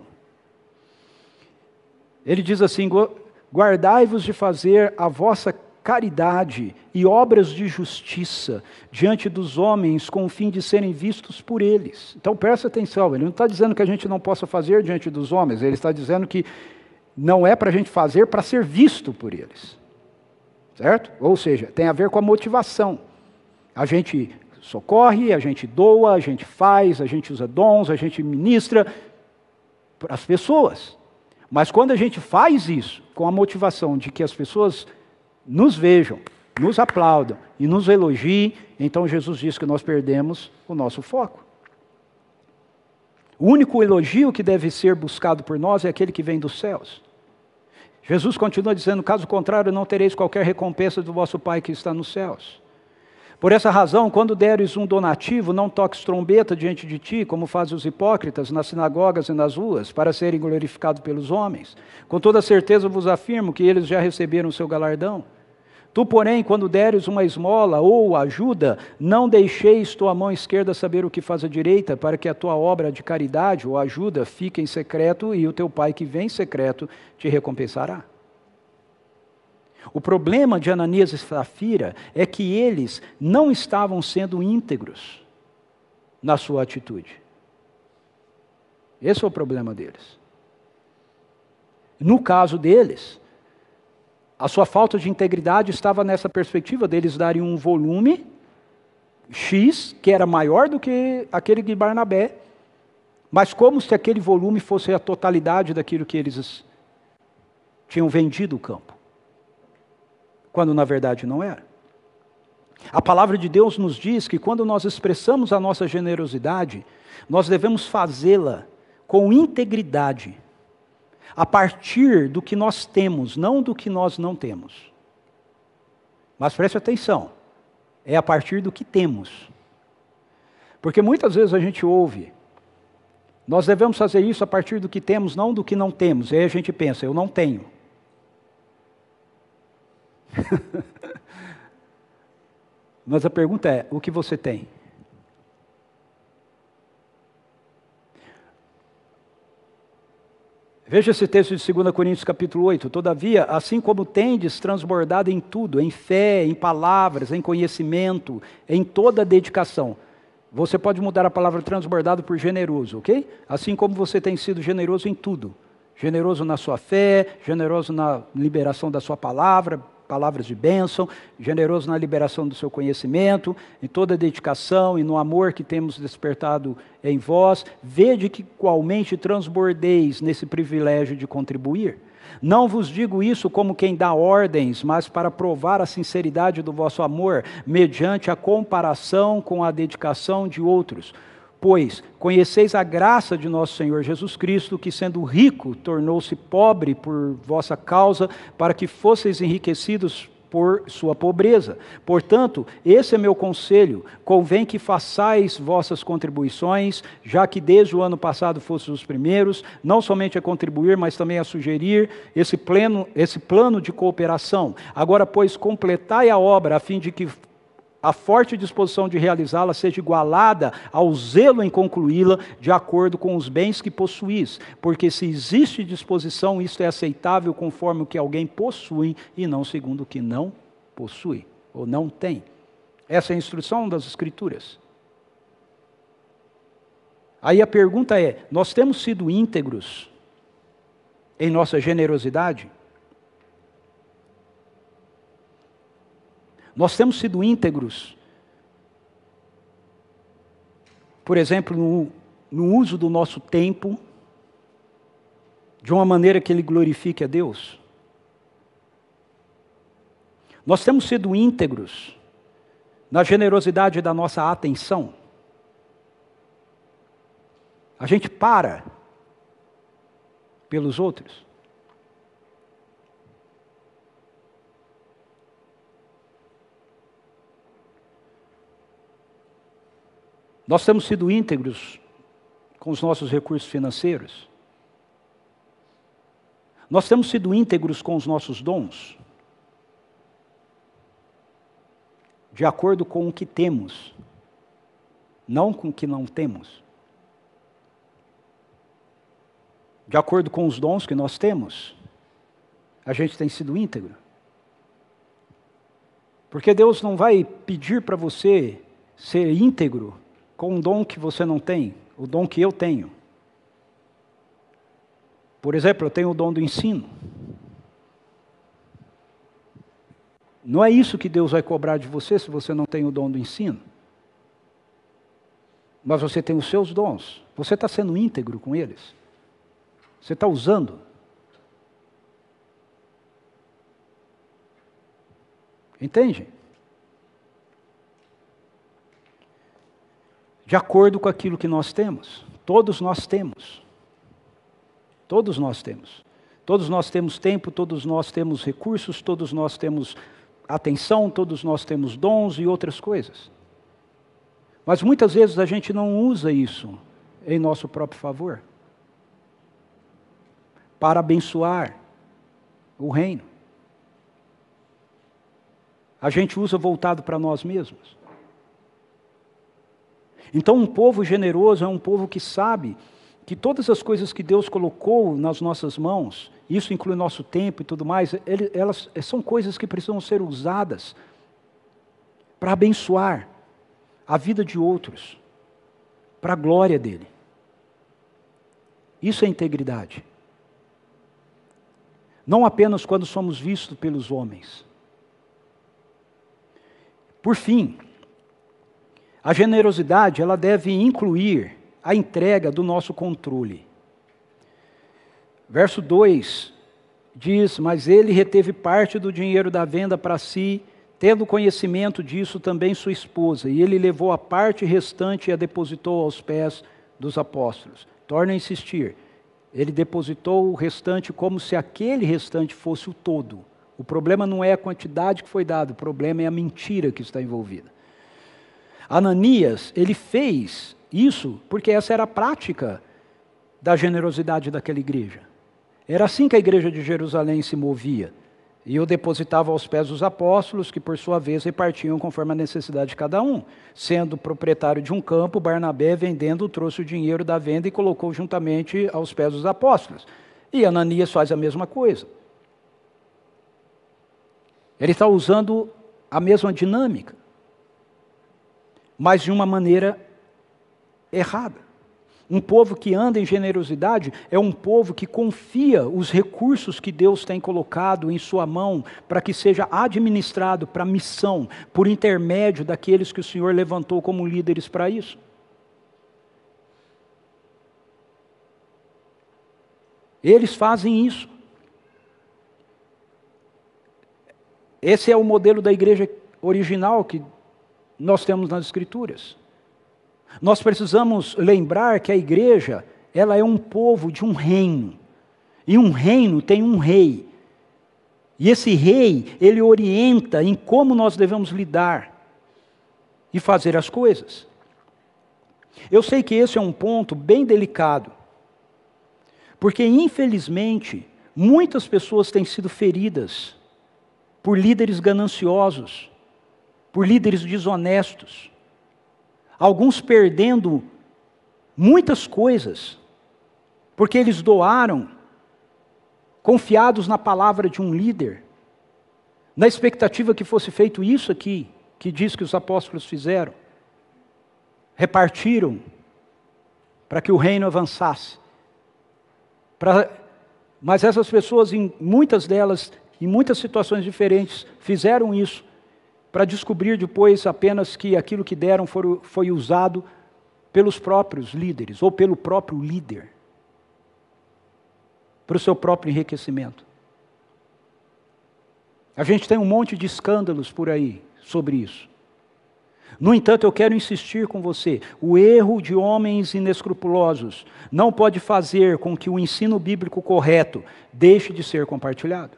Ele diz assim, guardai-vos de fazer a vossa caridade e obras de justiça diante dos homens com o fim de serem vistos por eles. Então presta atenção, ele não está dizendo que a gente não possa fazer diante dos homens, ele está dizendo que não é para a gente fazer para ser visto por eles. Certo? Ou seja, tem a ver com a motivação. A gente socorre, a gente doa, a gente faz, a gente usa dons, a gente ministra para as pessoas. Mas quando a gente faz isso com a motivação de que as pessoas nos vejam, nos aplaudam e nos elogiem, então Jesus diz que nós perdemos o nosso foco. O único elogio que deve ser buscado por nós é aquele que vem dos céus. Jesus continua dizendo, caso contrário, não tereis qualquer recompensa do vosso Pai que está nos céus. Por essa razão, quando deres um donativo, não toques trombeta diante de ti, como fazem os hipócritas nas sinagogas e nas ruas, para serem glorificados pelos homens. Com toda certeza vos afirmo que eles já receberam o seu galardão. Tu, porém, quando deres uma esmola ou ajuda, não deixeis tua mão esquerda saber o que faz a direita, para que a tua obra de caridade ou ajuda fique em secreto, e o teu Pai que vem em secreto te recompensará. O problema de Ananias e Safira é que eles não estavam sendo íntegros na sua atitude. Esse é o problema deles. No caso deles, a sua falta de integridade estava nessa perspectiva deles darem um volume X, que era maior do que aquele de Barnabé, mas como se aquele volume fosse a totalidade daquilo que eles tinham vendido o campo. Quando na verdade não era. A palavra de Deus nos diz que quando nós expressamos a nossa generosidade, nós devemos fazê-la com integridade, a partir do que nós temos, não do que nós não temos. Mas preste atenção, é a partir do que temos. Porque muitas vezes a gente ouve, nós devemos fazer isso a partir do que temos, não do que não temos. E aí a gente pensa, eu não tenho. Mas a pergunta é, o que você tem? Veja esse texto de 2 Coríntios capítulo 8. Todavia, assim como tendes transbordado em tudo, em fé, em palavras, em conhecimento, em toda dedicação. Você pode mudar a palavra transbordado por generoso, ok? Assim como você tem sido generoso em tudo. Generoso na sua fé, generoso na liberação da sua palavra, palavras de bênção, generoso na liberação do seu conhecimento, em toda a dedicação e no amor que temos despertado em vós, vede que igualmente transbordeis nesse privilégio de contribuir. Não vos digo isso como quem dá ordens, mas para provar a sinceridade do vosso amor, mediante a comparação com a dedicação de outros. Pois conheceis a graça de nosso Senhor Jesus Cristo, que sendo rico, tornou-se pobre por vossa causa, para que fosseis enriquecidos por sua pobreza. Portanto, esse é meu conselho: convém que façais vossas contribuições, já que desde o ano passado fostes os primeiros, não somente a contribuir, mas também a sugerir esse plano de cooperação. Agora, pois, completai a obra, a fim de que a forte disposição de realizá-la seja igualada ao zelo em concluí-la, de acordo com os bens que possuís. Porque se existe disposição, isto é aceitável conforme o que alguém possui, e não segundo o que não possui, ou não tem. Essa é a instrução das Escrituras. Aí a pergunta é: nós temos sido íntegros em nossa generosidade? Nós temos sido íntegros, por exemplo, no uso do nosso tempo, de uma maneira que ele glorifique a Deus? Nós temos sido íntegros na generosidade da nossa atenção? A gente para pelos outros? Nós temos sido íntegros com os nossos recursos financeiros? Nós temos sido íntegros com os nossos dons? De acordo com o que temos, não com o que não temos. De acordo com os dons que nós temos, a gente tem sido íntegro. Porque Deus não vai pedir para você ser íntegro com um dom que você não tem, o dom que eu tenho. Por exemplo, eu tenho o dom do ensino. Não é isso que Deus vai cobrar de você se você não tem o dom do ensino. Mas você tem os seus dons. Você está sendo íntegro com eles. Você está usando. Entende? De acordo com aquilo que nós temos. Todos nós temos. Todos nós temos. Todos nós temos tempo, todos nós temos recursos, todos nós temos atenção, todos nós temos dons e outras coisas. Mas muitas vezes a gente não usa isso em nosso próprio favor, para abençoar o reino. A gente usa voltado para nós mesmos. Então, um povo generoso é um povo que sabe que todas as coisas que Deus colocou nas nossas mãos, isso inclui nosso tempo e tudo mais, elas são coisas que precisam ser usadas para abençoar a vida de outros, para a glória dele. Isso é integridade. Não apenas quando somos vistos pelos homens. Por fim, a generosidade, ela deve incluir a entrega do nosso controle. Verso 2 diz: mas ele reteve parte do dinheiro da venda para si, tendo conhecimento disso também sua esposa, e ele levou a parte restante e a depositou aos pés dos apóstolos. Torna a insistir, ele depositou o restante como se aquele restante fosse o todo. O problema não é a quantidade que foi dada, o problema é a mentira que está envolvida. Ananias, ele fez isso porque essa era a prática da generosidade daquela igreja. Era assim que a igreja de Jerusalém se movia. E o depositava aos pés dos apóstolos, que por sua vez repartiam conforme a necessidade de cada um. Sendo proprietário de um campo, Barnabé, vendendo, trouxe o dinheiro da venda e colocou juntamente aos pés dos apóstolos. E Ananias faz a mesma coisa. Ele está usando a mesma dinâmica, mas de uma maneira errada. Um povo que anda em generosidade é um povo que confia os recursos que Deus tem colocado em sua mão para que seja administrado para a missão, por intermédio daqueles que o Senhor levantou como líderes para isso. Eles fazem isso. Esse é o modelo da igreja original que nós temos nas Escrituras. Nós precisamos lembrar que a igreja, ela é um povo de um reino. E um reino tem um rei. E esse rei, ele orienta em como nós devemos lidar e fazer as coisas. Eu sei que esse é um ponto bem delicado, porque infelizmente muitas pessoas têm sido feridas por líderes gananciosos, por líderes desonestos, alguns perdendo muitas coisas, porque eles doaram, confiados na palavra de um líder, na expectativa que fosse feito isso aqui, que diz que os apóstolos fizeram. Repartiram para que o reino avançasse. Mas essas pessoas, muitas delas, em muitas situações diferentes, fizeram isso para descobrir depois apenas que aquilo que deram foi usado pelos próprios líderes, ou pelo próprio líder, para o seu próprio enriquecimento. A gente tem um monte de escândalos por aí sobre isso. No entanto, eu quero insistir com você, o erro de homens inescrupulosos não pode fazer com que o ensino bíblico correto deixe de ser compartilhado.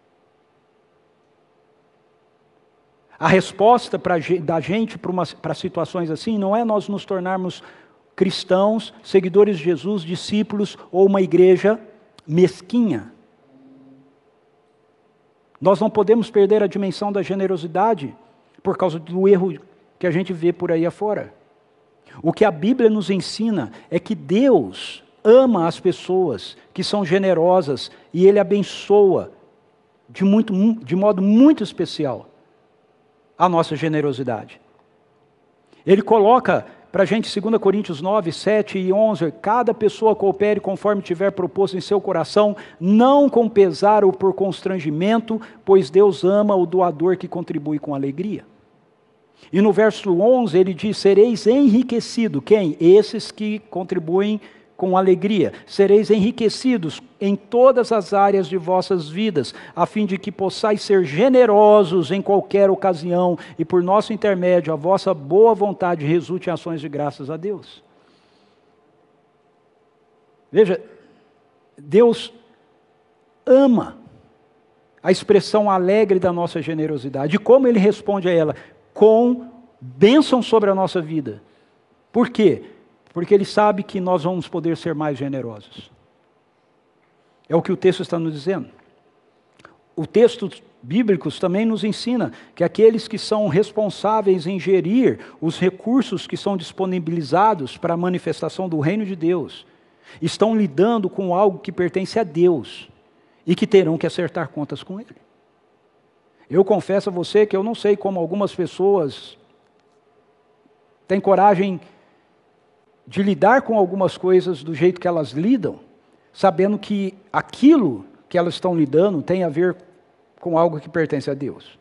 A resposta da gente para situações assim não é nós nos tornarmos cristãos, seguidores de Jesus, discípulos ou uma igreja mesquinha. Nós não podemos perder a dimensão da generosidade por causa do erro que a gente vê por aí afora. O que a Bíblia nos ensina é que Deus ama as pessoas que são generosas e Ele abençoa de modo muito especial a nossa generosidade. Ele coloca para a gente, 2 Coríntios 9, 7 e 11, cada pessoa coopere conforme tiver proposto em seu coração, não com pesar ou por constrangimento, pois Deus ama o doador que contribui com alegria. E no verso 11 ele diz, sereis enriquecidos. Quem? Esses que contribuem com alegria. Sereis enriquecidos em todas as áreas de vossas vidas, a fim de que possais ser generosos em qualquer ocasião, e por nosso intermédio a vossa boa vontade resulte em ações de graças a Deus. Veja, Deus ama a expressão alegre da nossa generosidade. E como Ele responde a ela? Com bênção sobre a nossa vida. Por quê? Porque Ele sabe que nós vamos poder ser mais generosos. É o que o texto está nos dizendo. O texto bíblico também nos ensina que aqueles que são responsáveis em gerir os recursos que são disponibilizados para a manifestação do reino de Deus, estão lidando com algo que pertence a Deus e que terão que acertar contas com Ele. Eu confesso a você que eu não sei como algumas pessoas têm coragem de lidar com algumas coisas do jeito que elas lidam, sabendo que aquilo que elas estão lidando tem a ver com algo que pertence a Deus.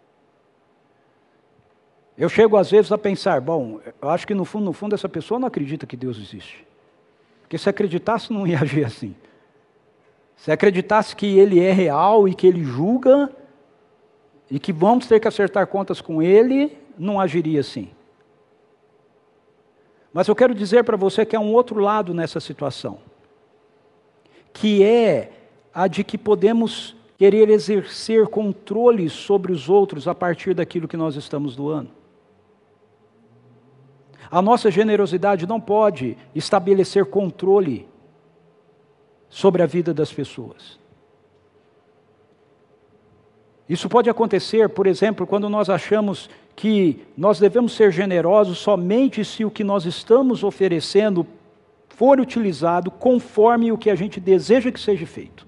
Eu chego às vezes a pensar, bom, eu acho que no fundo essa pessoa não acredita que Deus existe. Porque se acreditasse não ia agir assim. Se acreditasse que Ele é real e que Ele julga, e que vamos ter que acertar contas com Ele, não agiria assim. Mas eu quero dizer para você que há um outro lado nessa situação, que é a de que podemos querer exercer controle sobre os outros a partir daquilo que nós estamos doando. A nossa generosidade não pode estabelecer controle sobre a vida das pessoas. Isso pode acontecer, por exemplo, quando nós achamos que nós devemos ser generosos somente se o que nós estamos oferecendo for utilizado conforme o que a gente deseja que seja feito.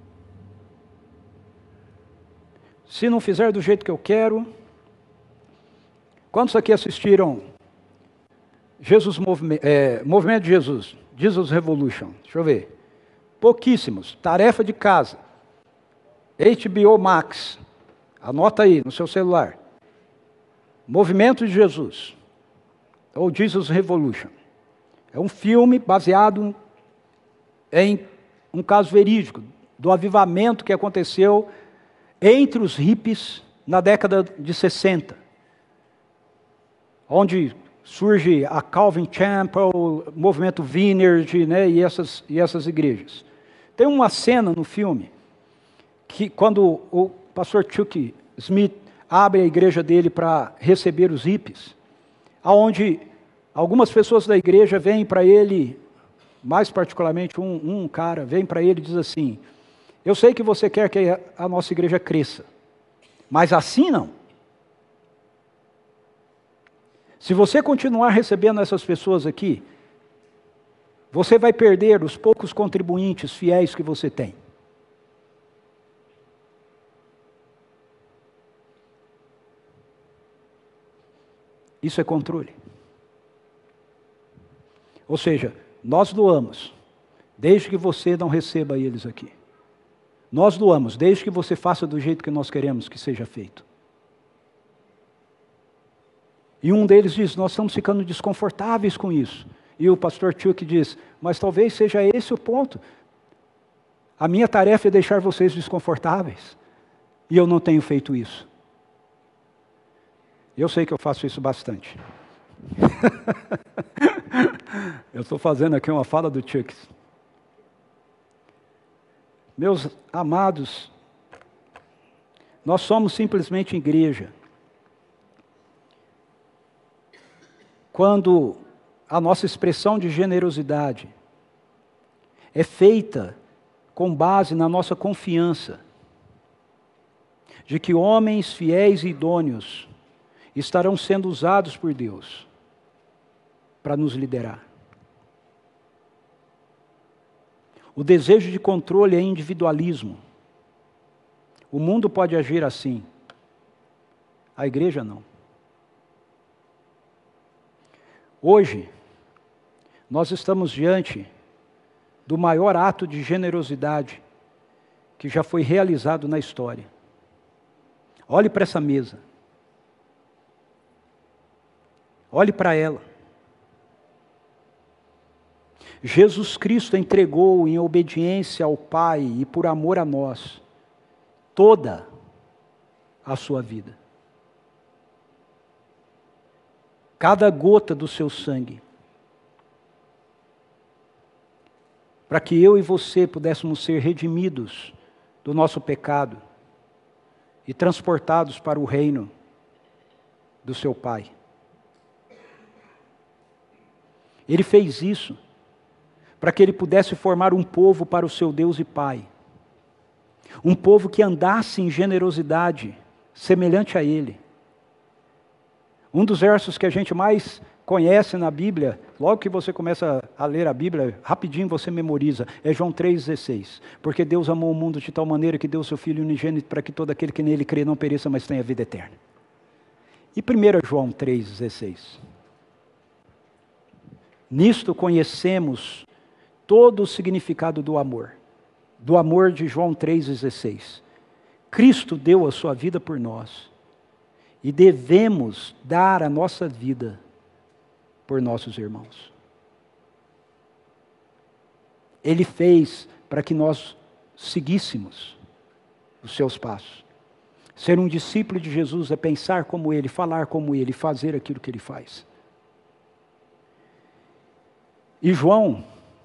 Se não fizer do jeito que eu quero... Quantos aqui assistiram Movimento de Jesus? Jesus Revolution. Deixa eu ver. Pouquíssimos. Tarefa de casa. HBO Max. Anota aí no seu celular. Movimento de Jesus. Ou Jesus Revolution. É um filme baseado em um caso verídico, do avivamento que aconteceu entre os hippies na década de 60, onde surge a Calvin Chapel, o movimento Vineyard, né, e essas igrejas. Tem uma cena no filme, que quando o pastor Chuck Smith abre a igreja dele para receber os hippies, aonde algumas pessoas da igreja vêm para ele, mais particularmente um cara, vem para ele e diz assim: eu sei que você quer que a nossa igreja cresça, mas assim não. Se você continuar recebendo essas pessoas aqui, você vai perder os poucos contribuintes fiéis que você tem. Isso é controle. Ou seja, nós doamos, desde que você não receba eles aqui. Nós doamos, desde que você faça do jeito que nós queremos que seja feito. E um deles diz: nós estamos ficando desconfortáveis com isso. E o pastor Chuck diz: mas talvez seja esse o ponto. A minha tarefa é deixar vocês desconfortáveis. E eu não tenho feito isso. Eu sei que eu faço isso bastante. Eu estou fazendo aqui uma fala do Chuck. Meus amados, nós somos simplesmente igreja quando a nossa expressão de generosidade é feita com base na nossa confiança de que homens fiéis e idôneos estarão sendo usados por Deus para nos liderar. O desejo de controle é individualismo. O mundo pode agir assim, a igreja não. Hoje, nós estamos diante do maior ato de generosidade que já foi realizado na história. Olhe para essa mesa. Olhe para ela. Jesus Cristo entregou em obediência ao Pai e por amor a nós toda a sua vida. Cada gota do seu sangue. Para que eu e você pudéssemos ser redimidos do nosso pecado e transportados para o reino do seu Pai. Ele fez isso para que ele pudesse formar um povo para o seu Deus e Pai. Um povo que andasse em generosidade, semelhante a ele. Um dos versos que a gente mais conhece na Bíblia, logo que você começa a ler a Bíblia, rapidinho você memoriza, é João 3,16. Porque Deus amou o mundo de tal maneira que deu o seu Filho unigênito para que todo aquele que nele crê não pereça, mas tenha vida eterna. E 1 João 3,16. Nisto conhecemos todo o significado do amor de João 3,16. Cristo deu a sua vida por nós e devemos dar a nossa vida por nossos irmãos. Ele fez para que nós seguíssemos os seus passos. Ser um discípulo de Jesus é pensar como ele, falar como ele, fazer aquilo que ele faz. E João,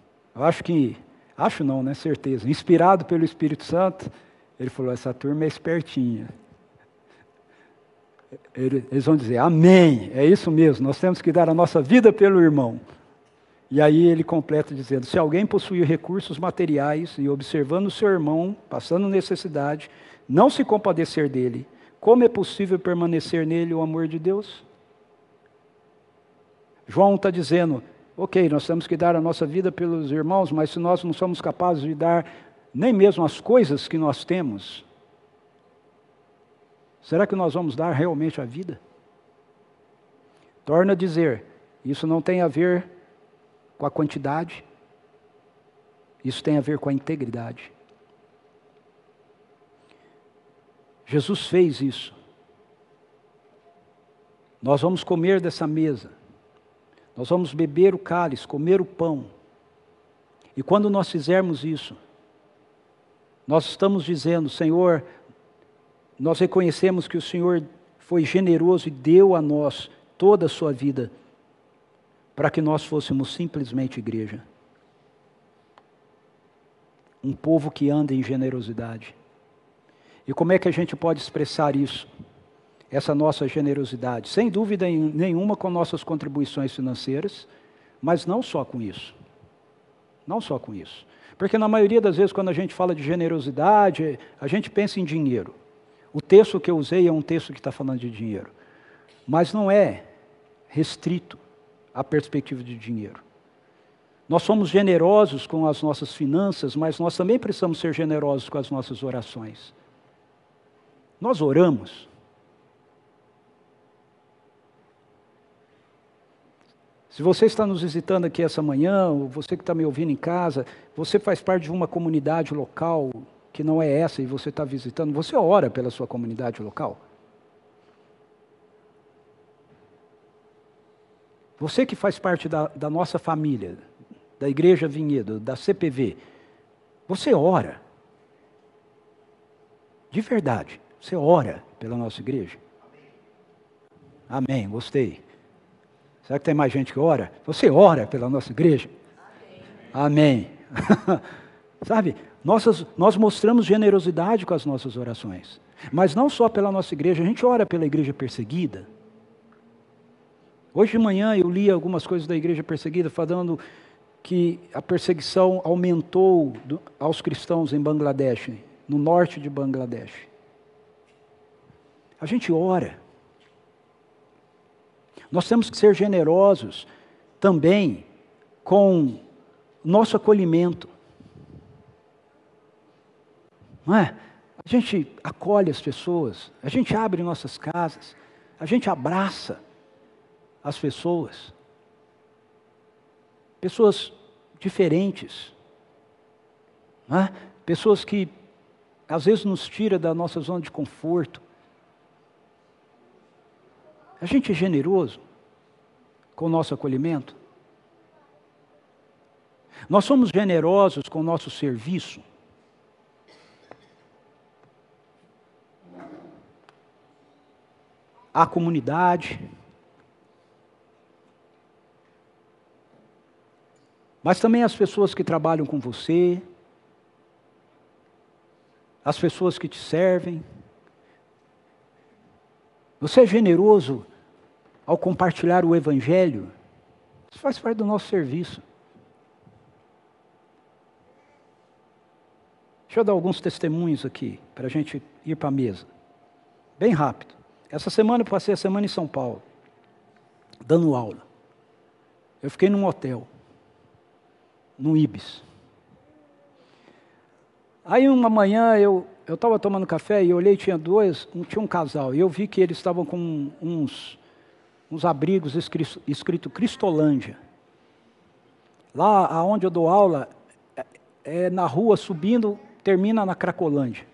certeza, inspirado pelo Espírito Santo, ele falou: essa turma é espertinha. Eles vão dizer: amém, é isso mesmo, nós temos que dar a nossa vida pelo irmão. E aí ele completa dizendo: se alguém possuir recursos materiais e observando o seu irmão, passando necessidade, não se compadecer dele, como é possível permanecer nele o amor de Deus? João está dizendo: ok, nós temos que dar a nossa vida pelos irmãos, mas se nós não somos capazes de dar nem mesmo as coisas que nós temos, será que nós vamos dar realmente a vida? Torna a dizer, isso não tem a ver com a quantidade, isso tem a ver com a integridade. Jesus fez isso. Nós vamos comer dessa mesa. Nós vamos beber o cálice, comer o pão. E quando nós fizermos isso, nós estamos dizendo: Senhor, nós reconhecemos que o Senhor foi generoso e deu a nós toda a sua vida para que nós fôssemos simplesmente igreja. Um povo que anda em generosidade. E como é que a gente pode expressar isso? Essa nossa generosidade? Sem dúvida nenhuma com nossas contribuições financeiras, mas não só com isso. Não só com isso. Porque na maioria das vezes quando a gente fala de generosidade, a gente pensa em dinheiro. O texto que eu usei é um texto que está falando de dinheiro. Mas não é restrito à perspectiva de dinheiro. Nós somos generosos com as nossas finanças, mas nós também precisamos ser generosos com as nossas orações. Nós oramos. Se você está nos visitando aqui essa manhã, ou você que está me ouvindo em casa, você faz parte de uma comunidade local que não é essa e você está visitando, você ora pela sua comunidade local? Você que faz parte da nossa família, da Igreja Vinhedo, da CPV, você ora. De verdade, você ora pela nossa igreja? Amém, gostei. Será que tem mais gente que ora? Você ora pela nossa igreja? Amém. Sabe, nós mostramos generosidade com as nossas orações. Mas não só pela nossa igreja, a gente ora pela igreja perseguida. Hoje de manhã eu li algumas coisas da igreja perseguida, falando que a perseguição aumentou aos cristãos em Bangladesh, no norte de Bangladesh. A gente ora. Nós temos que ser generosos também com nosso acolhimento. Não é? A gente acolhe as pessoas, a gente abre nossas casas, a gente abraça as pessoas. Pessoas diferentes. Não é? Pessoas que às vezes nos tiram da nossa zona de conforto. A gente é generoso com o nosso acolhimento. Nós somos generosos com o nosso serviço. À comunidade. Mas também as pessoas que trabalham com você. As pessoas que te servem. Você é generoso ao compartilhar o Evangelho? Isso faz parte do nosso serviço. Deixa eu dar alguns testemunhos aqui, para a gente ir para a mesa. Bem rápido. Essa semana eu passei a semana em São Paulo, dando aula. Eu fiquei num hotel, no Ibis. Aí uma manhã eu estava tomando café e eu olhei, tinha um casal, e eu vi que eles estavam com uns abrigos escrito Cristolândia. Lá onde eu dou aula, na rua subindo, termina na Cracolândia.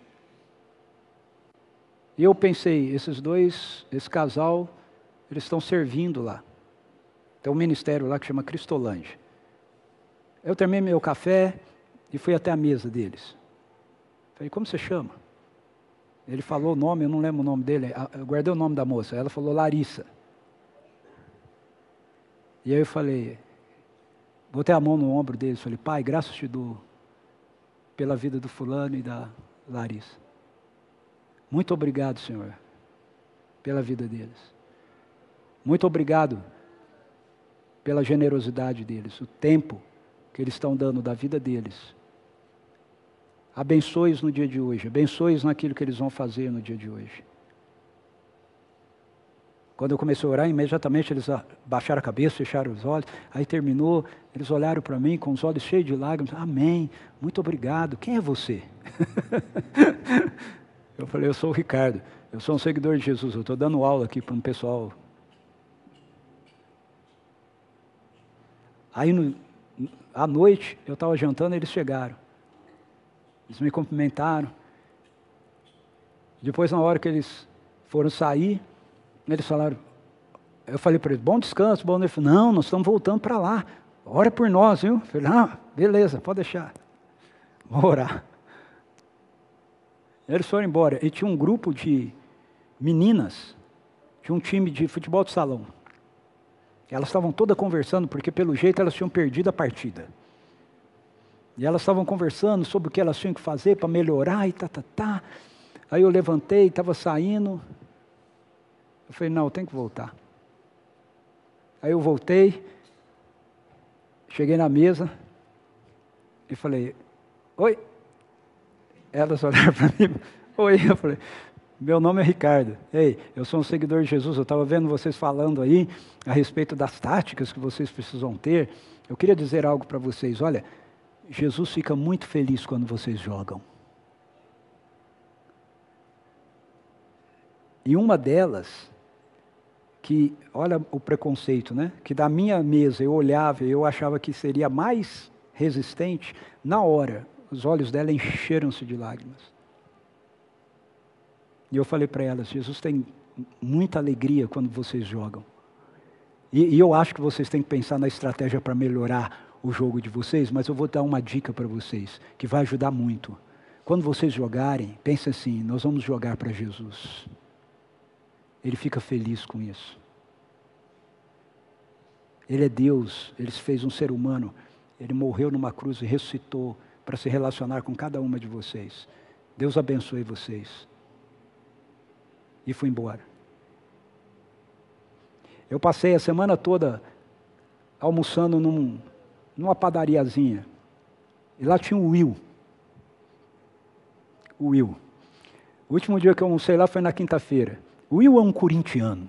E eu pensei, esse casal, eles estão servindo lá. Tem um ministério lá que chama Cristolândia. Eu terminei meu café e fui até a mesa deles. Falei, como você chama? Ele falou o nome, eu não lembro o nome dele. Eu guardei o nome da moça. Ela falou Larissa. E aí eu falei, botei a mão no ombro deles. Falei, pai, graças te dou pela vida do fulano e da Larissa. Muito obrigado, Senhor, pela vida deles. Muito obrigado pela generosidade deles, o tempo que eles estão dando da vida deles. Abençoe-os no dia de hoje, abençoe-os naquilo que eles vão fazer no dia de hoje. Quando eu comecei a orar, imediatamente eles baixaram a cabeça, fecharam os olhos, aí terminou, eles olharam para mim com os olhos cheios de lágrimas, amém, muito obrigado, quem é você? Eu falei, eu sou o Ricardo, eu sou um seguidor de Jesus, eu estou dando aula aqui para um pessoal. Aí à noite, eu estava jantando, eles chegaram. Eles me cumprimentaram. Depois, na hora que eles foram sair, eles falaram, eu falei para eles, bom descanso, bom noite. Não, nós estamos voltando para lá. Ora por nós, viu? Eu falei, beleza, pode deixar. Vou orar. Eles foram embora. E tinha um grupo de meninas, tinha um time de futebol de salão. Elas estavam todas conversando, porque pelo jeito elas tinham perdido a partida. E elas estavam conversando sobre o que elas tinham que fazer para melhorar e tá. Aí eu levantei, estava saindo. Eu falei, não, eu tenho que voltar. Aí eu voltei, cheguei na mesa e falei, oi. Elas olharam para mim, oi. Eu falei, meu nome é Ricardo. Ei, eu sou um seguidor de Jesus, eu estava vendo vocês falando aí a respeito das táticas que vocês precisam ter. Eu queria dizer algo para vocês, olha, Jesus fica muito feliz quando vocês jogam. E uma delas, que, olha o preconceito, né? Que da minha mesa eu olhava e eu achava que seria mais resistente, na hora, os olhos dela encheram-se de lágrimas. E eu falei para elas, Jesus tem muita alegria quando vocês jogam. E eu acho que vocês têm que pensar na estratégia para melhorar o jogo de vocês, mas eu vou dar uma dica para vocês, que vai ajudar muito. Quando vocês jogarem, pense assim, nós vamos jogar para Jesus. Ele fica feliz com isso. Ele é Deus, Ele se fez um ser humano, Ele morreu numa cruz e ressuscitou para se relacionar com cada uma de vocês. Deus abençoe vocês. E fui embora. Eu passei a semana toda almoçando numa padariazinha. E lá tinha o Will. O Will. O último dia que eu almocei lá foi na quinta-feira. O Will é um corintiano.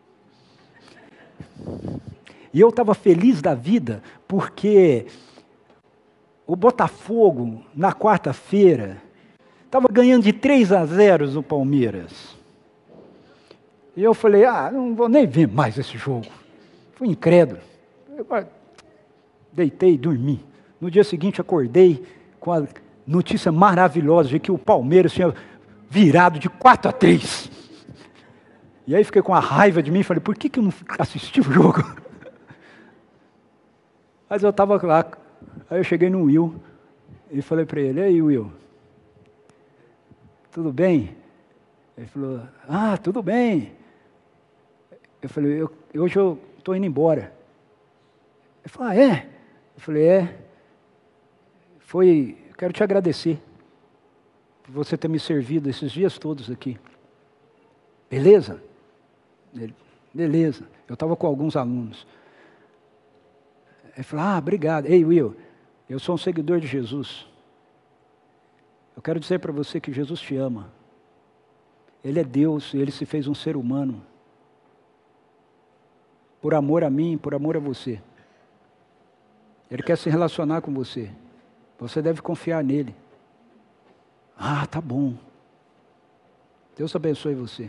E eu estava feliz da vida porque o Botafogo, na quarta-feira, estava ganhando de 3-0 no Palmeiras. E eu falei, não vou nem ver mais esse jogo. Fui incrédulo. Deitei e dormi. No dia seguinte acordei com a notícia maravilhosa de que o Palmeiras tinha virado de 4-3. E aí fiquei com a raiva de mim e falei, por que eu não assisti o jogo? Mas eu estava lá, aí eu cheguei no Will e falei para ele, e aí Will, tudo bem? Ele falou, tudo bem. Eu falei, hoje eu estou indo embora. Ele falou, é? Eu falei, quero te agradecer por você ter me servido esses dias todos aqui. Beleza? Ele, beleza. Eu estava com alguns alunos. Ele falou, obrigado. Ei, Will, eu sou um seguidor de Jesus. Eu quero dizer para você que Jesus te ama. Ele é Deus e Ele se fez um ser humano. Por amor a mim, por amor a você. Ele quer se relacionar com você. Você deve confiar nele. Tá bom. Deus abençoe você.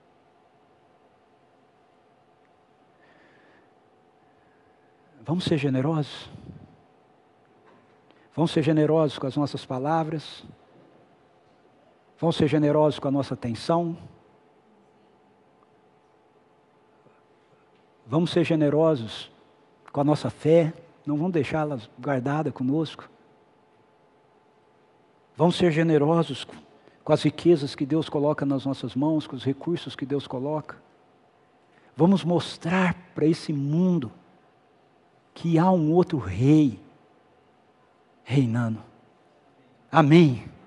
Vamos ser generosos? Vamos ser generosos com as nossas palavras? Vamos ser generosos com a nossa atenção? Vamos ser generosos com a nossa fé? Não vamos deixá-la guardada conosco? Vamos ser generosos com as riquezas que Deus coloca nas nossas mãos, com os recursos que Deus coloca? Vamos mostrar para esse mundo que há um outro rei reinando. Amém.